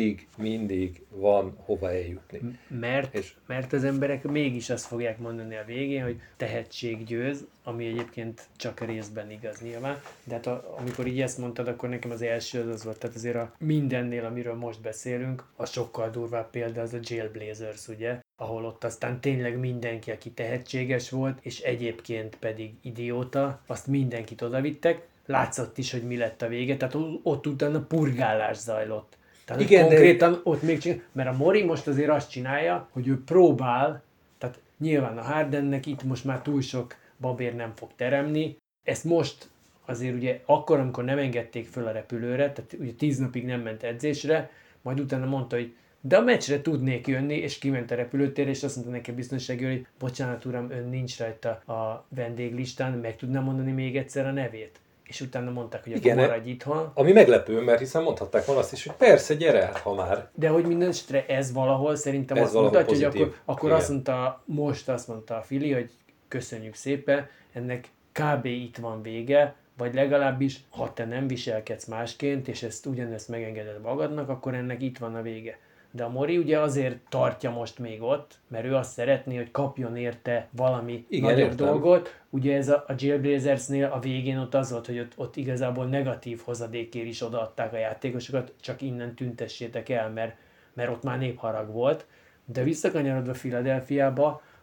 mindig van hova eljutni. Mert az emberek mégis azt fogják mondani a végén, hogy tehetség győz, ami egyébként csak részben igaz nyilván, de hát amikor így ezt mondtad, akkor nekem az első az volt, tehát azért a mindennél, amiről most beszélünk, a sokkal durvább példa az a Jailblazers, ugye, ahol ott aztán tényleg mindenki, aki tehetséges volt, és egyébként pedig idióta, azt mindenkit odavittek, látszott is, hogy mi lett a vége, tehát ott utána purgálás zajlott. Tehát igen, konkrétan ott még csinál, mert a Mori most azért azt csinálja, hogy ő próbál, tehát nyilván a Hardennek itt most már túl sok babér nem fog teremni, ezt most azért ugye akkor, amikor nem engedték föl a repülőre, tehát ugye 10 napig nem ment edzésre, majd utána mondta, hogy de a meccsre tudnék jönni, és kiment a repülőtérre, és azt mondta neki a biztonsági őr, hogy bocsánat uram, ön nincs rajta a vendéglistán, meg tudnám mondani még egyszer a nevét. És utána mondták, hogy igen, akkor maradj itthon. Ami meglepő, mert hiszen mondhatták volna azt is, hogy persze, gyere, ha már. De hogy minden esetre ez valahol szerintem ez azt mutatja, pozitív. Hogy akkor azt mondta a Fili, hogy köszönjük szépen, ennek kb. Itt van vége, vagy legalábbis, ha te nem viselkedsz másként, és ugyanezt megengeded magadnak, akkor ennek itt van a vége. De a Mori ugye azért tartja most még ott, mert ő azt szeretné, hogy kapjon érte valami nagyobb dolgot. Ugye ez a Jailblazersnél a végén ott az volt, hogy ott igazából negatív hozadékért is odaadták a játékosokat, csak innen tüntessétek el, mert ott már népharag volt. De visszakanyarodva Philadelphiába,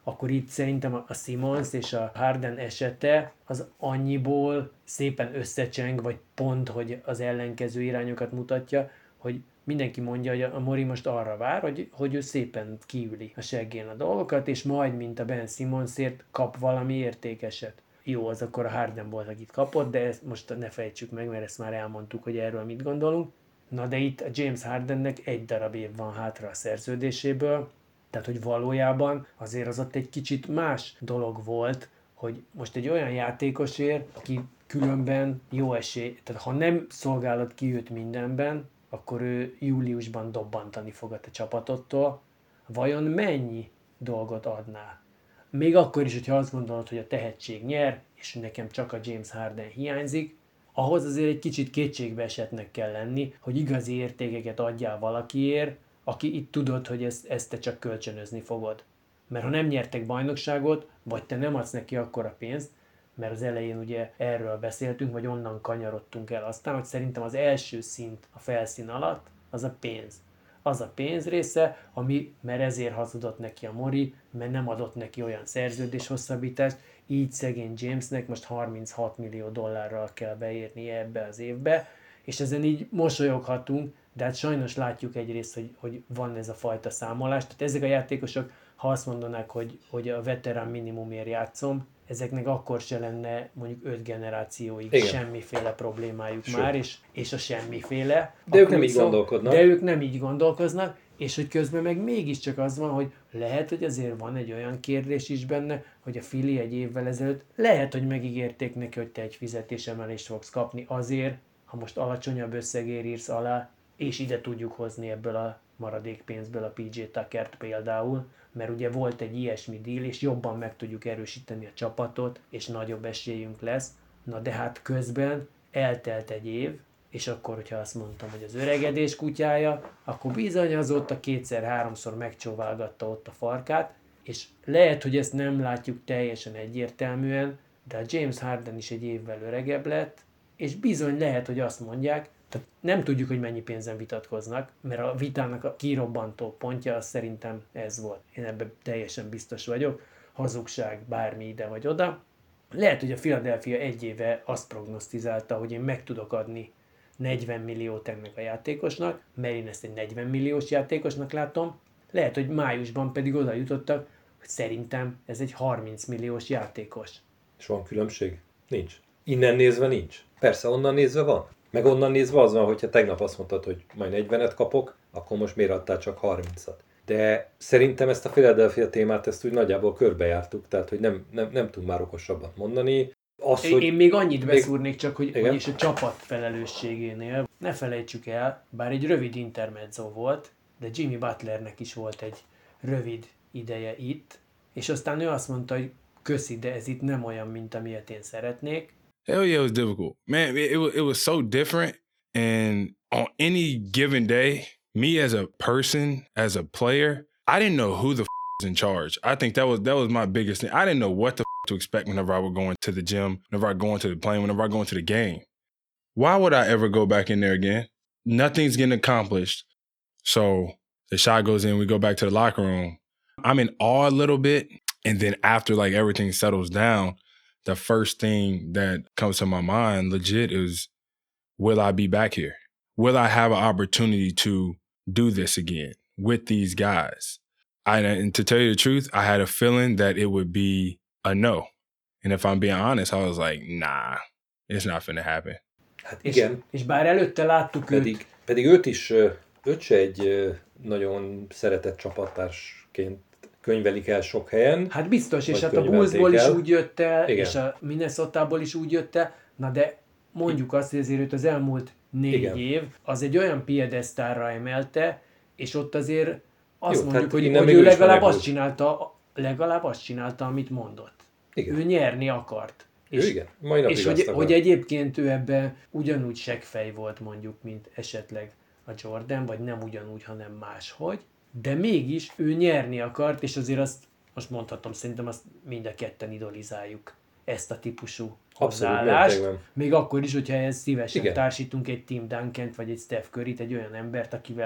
akkor itt szerintem a Simmons és a Harden esete az annyiból szépen összecseng, vagy pont, hogy az ellenkező irányokat mutatja, hogy mindenki mondja, hogy a Mori most arra vár, hogy ő szépen kiüli a seggén a dolgokat, és majd, mint a Ben Simmonsért kap valami értékeset. Jó, az akkor a Harden volt, akit kapott, de ezt most ne fejtsük meg, mert ezt már elmondtuk, hogy erről mit gondolunk. Na de itt a James Hardennek egy darab év van hátra a szerződéséből, tehát hogy valójában azért az ott egy kicsit más dolog volt, hogy most egy olyan játékosért, aki különben jó esély, tehát ha nem szolgálod ki őt mindenben, akkor ő júliusban dobbantani fog a csapatottól. Vajon mennyi dolgot adná? Még akkor is, hogyha azt gondolod, hogy a tehetség nyer, és nekem csak a James Harden hiányzik, ahhoz azért egy kicsit kétségbeesettnek kell lenni, hogy igazi értékeket adjál valakiért, aki itt tudod, hogy ezt te csak kölcsönözni fogod. Mert ha nem nyertek bajnokságot, vagy te nem adsz neki akkora pénzt, mert az elején ugye erről beszéltünk, vagy onnan kanyarodtunk el aztán, hogy szerintem az első szint a felszín alatt az a pénz. Az a pénz része, mert ezért hazudott neki a Mori, mert nem adott neki olyan szerződéshosszabbítást, így szegény Jamesnek most 36 millió dollárral kell beérnie ebbe az évbe, és ezen így mosolyoghatunk, de hát sajnos látjuk egyrészt, hogy van ez a fajta számolás. Tehát ezek a játékosok, ha azt mondanák, hogy a veterán minimumért játszom, ezeknek akkor se lenne mondjuk 5 generációig igen, semmiféle problémájuk már, és a semmiféle. De ők nem így gondolkodnak. De ők nem így gondolkoznak, és hogy közben meg mégiscsak az van, hogy lehet, hogy azért van egy olyan kérdés is benne, hogy a Philly egy évvel ezelőtt lehet, hogy megígérték neki, hogy te egy fizetésemelést fogsz kapni azért, ha most alacsonyabb összegért írsz alá, és ide tudjuk hozni ebből a maradék pénzből a PJ Tuckert például, mert ugye volt egy ilyesmi deal, és jobban meg tudjuk erősíteni a csapatot, és nagyobb esélyünk lesz. Na de hát közben eltelt egy év, és akkor, hogyha azt mondtam, hogy az öregedés kutyája, akkor bizony azóta 2-3-szor megcsóválgatta ott a farkát, és lehet, hogy ezt nem látjuk teljesen egyértelműen, de a James Harden is egy évvel öregebb lett, és bizony lehet, hogy azt mondják, tehát nem tudjuk, hogy mennyi pénzen vitatkoznak, mert a vitának a kirobbantó pontja az szerintem ez volt. Én ebben teljesen biztos vagyok. Hazugság, bármi ide vagy oda. Lehet, hogy a Philadelphia egy éve azt prognosztizálta, hogy én meg tudok adni 40 milliót ennek a játékosnak, mert én ezt egy 40 milliós játékosnak látom. Lehet, hogy májusban pedig oda jutottak, hogy szerintem ez egy 30 milliós játékos. És van különbség? Nincs. Innen nézve nincs. Persze, onnan nézve van. Meg onnan nézve az van, hogyha tegnap azt mondtad, hogy majd 40-et kapok, akkor most miért adtál csak 30-at. De szerintem ezt a Philadelphia témát ezt úgy nagyjából körbejártuk, tehát hogy nem tud már okosabbat mondani. Én még annyit beszúrnék csak, hogy is a csapat felelősségénél. Ne felejtsük el, bár egy rövid intermezzo volt, de Jimmy Butlernek is volt egy rövid ideje itt, és aztán ő azt mondta, hogy köszi, de ez itt nem olyan, mint amilyet én szeretnék. Hell yeah, it was difficult. Man, it was so different. And on any given day, me as a person, as a player, I didn't know who the was in charge. I think that was my biggest thing. I didn't know what the to expect whenever I would go into the gym, whenever I go into the plane, whenever I go into the game. Why would I ever go back in there again? Nothing's getting accomplished. So the shot goes in, we go back to the locker room. I'm in awe a little bit. And then after like everything settles down, the first thing that comes to my mind legit is, will I be back here? Will I have an opportunity to do this again with these guys? And to tell you the truth, I had a feeling that it would be a no. And if I'm being honest, I was like, nah, it's not finna happen. Hát igen. És bár előtte láttuk őt. Pedig őt se egy nagyon szeretett csapattársként könyvelik el sok helyen. Hát biztos, és hát a Bullsból is úgy jött el, igen, és a Minnesotából is úgy jött el. Na de mondjuk azt, hogy azért őt az elmúlt 4 év, az egy olyan piedesztárra emelte, és ott azért azt mondjuk, hát hogy ő legalább azt csinálta, amit mondott. Igen. Ő nyerni akart. És, igen, majd napig és hogy egyébként ő ebben ugyanúgy seggfej volt mondjuk, mint esetleg a Jordan, vagy nem ugyanúgy, hanem máshogy, de mégis ő nyerni akart, és azért azt most mondhatom, szerintem azt mind a ketten idolizáljuk, ezt a típusú hozzáállást. Még akkor is, hogyha ezt szívesen társítunk egy Tim Duncant, vagy egy Steph Curryt, egy olyan embert, akivel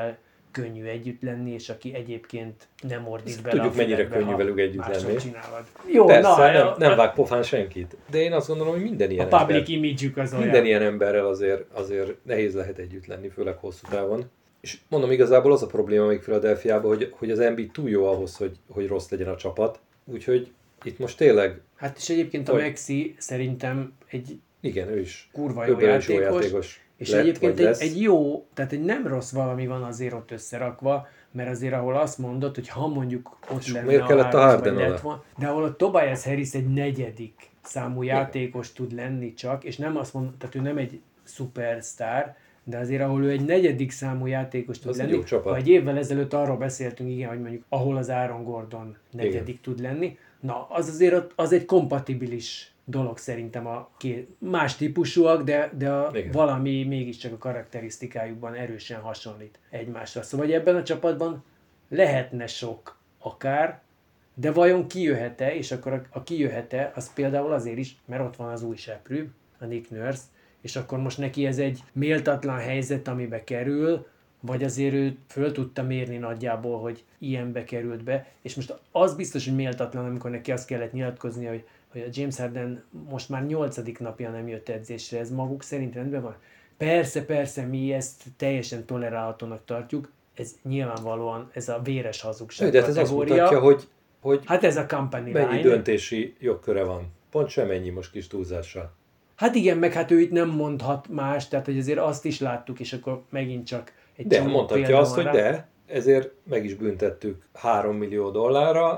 könnyű együtt lenni, és aki egyébként nem ordít bele Tudjuk, a mennyire füledbe, könnyű ha velük együtt máshogy lenni. csinálod. Jó, Persze, nem vág pofán senkit. De én azt gondolom, hogy minden a ilyen public image-ük az olyan. minden ilyen emberrel azért nehéz lehet együtt lenni, főleg hosszú távon. És mondom, igazából az a probléma még Philadelphiában, hogy az Embiid túl jó ahhoz, hogy rossz legyen a csapat. Úgyhogy itt most tényleg... Hát és egyébként a Maxi szerintem egy igen, ő is. kurva jó játékos. És lett, egyébként egy jó, tehát egy nem rossz valami van azért ott összerakva, mert azért ahol azt mondod, hogy ha mondjuk ott lenne miért kellett a Harden oda? De ahol a Tobias Harris egy 4. számú játékos tud lenni csak, és nem azt mondod, tehát ő nem egy szupersztár, de azért ahol ő egy 4. számú játékos tud lenni, ha egy évvel ezelőtt arról beszéltünk, igen, hogy mondjuk ahol az Aaron Gordon 4. tud lenni, na az azért az egy kompatibilis dolog szerintem a két más típusúak, de valami mégiscsak a karakterisztikájukban erősen hasonlít egymásra. Szóval ebben a csapatban lehetne sok akár, de vajon kijöhet-e, és akkor a kijöhet-e, az például azért is, mert ott van az új seprű, a Nick Nurse, és akkor most neki ez egy méltatlan helyzet, amibe kerül, vagy azért ő föl tudta mérni nagyjából, hogy ilyenbe került be, és most az biztos, hogy méltatlan, amikor neki azt kellett nyilatkozni, hogy a James Harden most már 8. napja nem jött edzésre, ez maguk szerint rendben van? Persze, mi ezt teljesen tolerálhatónak tartjuk, ez nyilvánvalóan ez a véres hazugság de ez azt mutatja, hogy hát ez a company mennyi line. döntési jogköre van. Pont semennyi most kis túlzással. Hát igen, meg hát ő itt nem mondhat más, tehát hogy azért azt is láttuk, és akkor megint csak egy de csomó mondhatja azt, hogy de, ezért meg is büntettük $3 millió,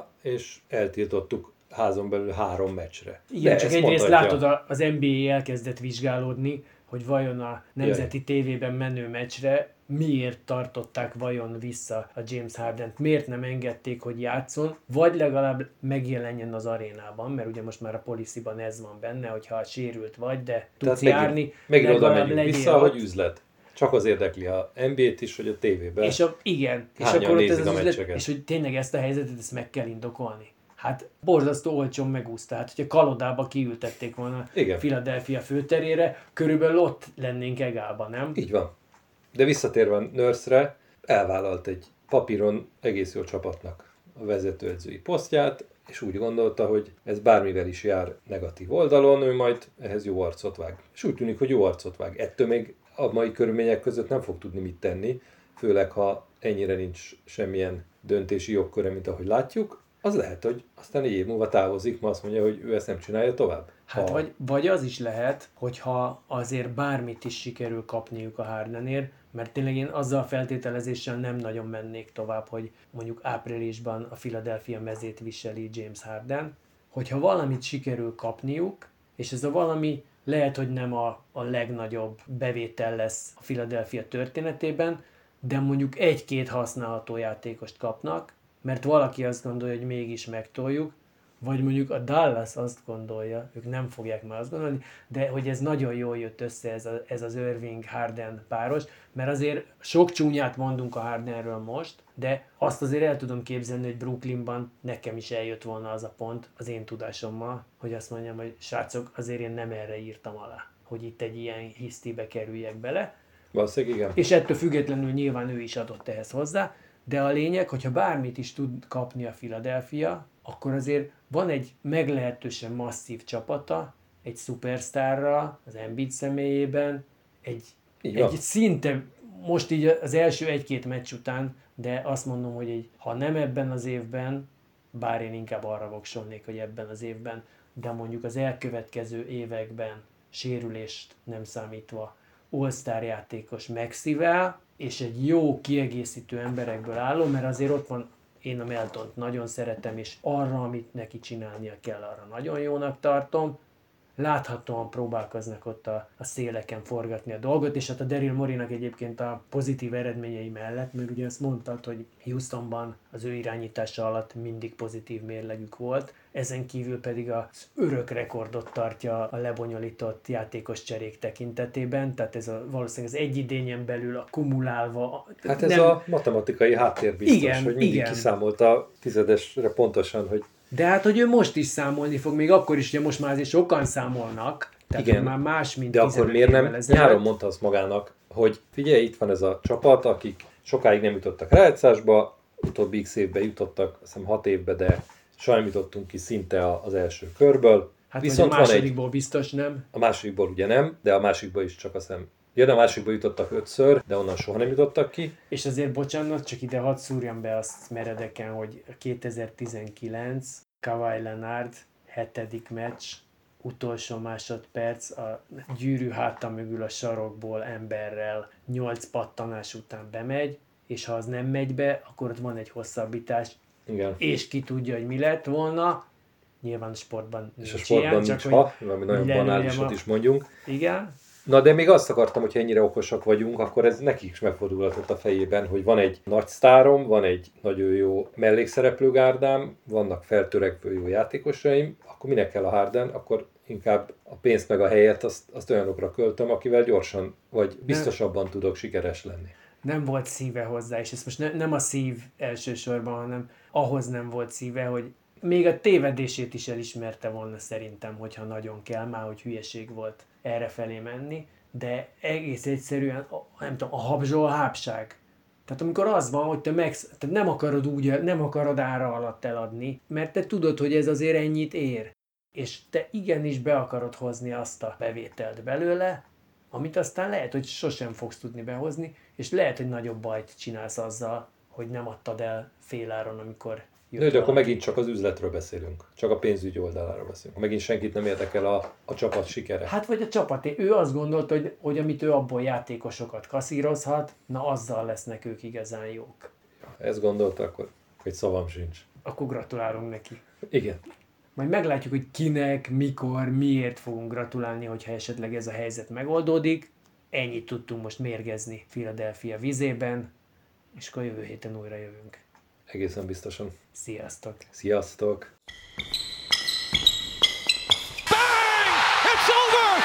és eltiltottuk házon belül 3 meccsre. Igen, csak egyrészt látod, az NBA elkezdett vizsgálódni, hogy vajon a nemzeti tévében menő meccsre miért tartották vajon vissza a James Hardent, miért nem engedték, hogy játszon, vagy legalább megjelenjen az arénában, mert ugye most már a policyban ez van benne, hogyha sérült vagy, de tudsz járni, megint oda megyünk vissza, hogy üzlet. Csak az érdekli a NBA-t is, hogy a tévében és akkor ott ez az üzlet, és hogy tényleg ezt a helyzetet ezt meg kell indokolni. Hát borzasztó olcsón megúszta. Hát, hogyha Kalodába kiültették volna Philadelphia főterére, körülbelül ott lennénk egálba, nem? Így van. De visszatérve Nurse-re, elvállalt egy papíron egész jó csapatnak a vezetőedzői posztját, és úgy gondolta, hogy ez bármivel is jár negatív oldalon, ő majd ehhez jó arcot vág. És úgy tűnik, hogy jó arcot vág. Ettől még a mai körülmények között nem fog tudni mit tenni, főleg ha ennyire nincs semmilyen döntési jogköre, mint ahogy látjuk. Az lehet, hogy aztán 1 év múlva távozik, ma azt mondja, hogy ő ezt nem csinálja tovább. Hát vagy az is lehet, hogyha azért bármit is sikerül kapniuk a Hardenért, mert tényleg én azzal a feltételezéssel nem nagyon mennék tovább, hogy mondjuk áprilisban a Philadelphia mezét viseli James Harden, hogyha valamit sikerül kapniuk, és ez a valami lehet, hogy nem a legnagyobb bevétel lesz a Philadelphia történetében, de mondjuk 1-2 használható játékost kapnak, mert valaki azt gondolja, hogy mégis megtoljuk, vagy mondjuk a Dallas azt gondolja, ők nem fogják már azt gondolni, de hogy ez nagyon jól jött össze ez az Irving-Harden páros, mert azért sok csúnyát mondunk a Hardenről most, de azt azért el tudom képzelni, hogy Brooklynban nekem is eljött volna az a pont az én tudásommal, hogy azt mondjam, hogy srácok, azért én nem erre írtam alá, hogy itt egy ilyen hisztibe kerüljek bele. Valószínűleg igen. És ettől függetlenül nyilván ő is adott ehhez hozzá, de a lényeg, hogyha bármit is tud kapni a Philadelphia, akkor azért van egy meglehetősen masszív csapata, egy szupersztárral, az Embiid személyében, egy szinte, most így az első 1-2 meccs után, de azt mondom, hogy ha nem ebben az évben, bár én inkább arra voksolnék, hogy ebben az évben, de mondjuk az elkövetkező években sérülést nem számítva all-star játékos Maxivel, és egy jó kiegészítő emberekből álló, mert azért ott van, én a Meltont nagyon szeretem, és arra, amit neki csinálnia kell, arra nagyon jónak tartom. Láthatóan próbálkoznak ott a széleken forgatni a dolgot, és hát a Daryl Moreynak egyébként a pozitív eredményei mellett, mert ugye azt mondtad, hogy Houstonban az ő irányítása alatt mindig pozitív mérlegük volt, ezen kívül pedig az örök rekordot tartja a lebonyolított játékos cserék tekintetében, tehát ez valószínűleg az egy idényen belül a kumulálva... Hát ez a matematikai háttér biztos, hogy mindig kiszámolta tizedesre pontosan, hogy... De hát, hogy ő most is számolni fog, még akkor is, ugye most már azért sokan számolnak, tehát igen, már más, mint de akkor miért nem nyáron mondta azt magának, hogy figyelj, itt van ez a csapat, akik sokáig nem jutottak rájátszásba, utóbbi x évben jutottak, azt hiszem 6 évbe, de soha nem jutottunk ki szinte az első körből. Hát viszont a másodikból biztos nem. A másodikból ugye nem, de a másikból is csak azt hiszem, a másikból jutottak 5-ször, de onnan soha nem jutottak ki. És azért bocsánat, csak ide hadd szúrjam be azt meredeken, hogy 2019 Kawhi Leonard 7. meccs, utolsó másodperc, a gyűrű háta mögül a sarokból emberrel 8 pattanás után bemegy, és ha az nem megy be, akkor ott van egy hosszabbítás, Igen. és ki tudja, hogy mi lett volna. Nyilván a sportban és a sportban ilyen, nincs csak ha, valami nagyon banálisat is mondjunk. Igen. Na de még azt akartam, hogy ennyire okosak vagyunk, akkor ez nekik is megfordulhatott a fejében, hogy van egy nagy sztárom, van egy nagyon jó mellékszereplőgárdám, vannak feltörekvő jó játékosaim, akkor minek kell a Harden, akkor inkább a pénzt meg a helyet azt olyanokra költöm, akivel gyorsan vagy biztosabban tudok sikeres lenni. Nem volt szíve hozzá, és ez most nem a szív elsősorban, hanem ahhoz nem volt szíve, hogy még a tévedését is elismerte volna szerintem, hogyha nagyon kell, már hogy hülyeség volt errefelé menni, de egész egyszerűen, nem tudom, a habzsolhábság. Tehát amikor az van, hogy te nem akarod nem akarod ára alatt eladni, mert te tudod, hogy ez azért ennyit ér. És te igenis be akarod hozni azt a bevételt belőle, amit aztán lehet, hogy sosem fogsz tudni behozni, és lehet, hogy nagyobb bajt csinálsz azzal, hogy nem adtad el féláron, amikor De akkor megint csak az üzletről beszélünk, csak a pénzügyi oldaláról beszélünk. Megint senkit nem érdekel a csapat sikere. Hát vagy a csapat, ő azt gondolta, hogy amit ő abból játékosokat kaszírozhat, na azzal lesznek ők igazán jók. Ezt gondolta, akkor egy szavam sincs. Akkor gratulálunk neki. Igen. Majd meglátjuk, hogy kinek, mikor, miért fogunk gratulálni, hogyha esetleg ez a helyzet megoldódik. Ennyit tudtunk most mérgezni Philadelphia vizében, és akkor jövő héten újra jövünk. Egészen biztosan. Sziasztok! Sziasztok!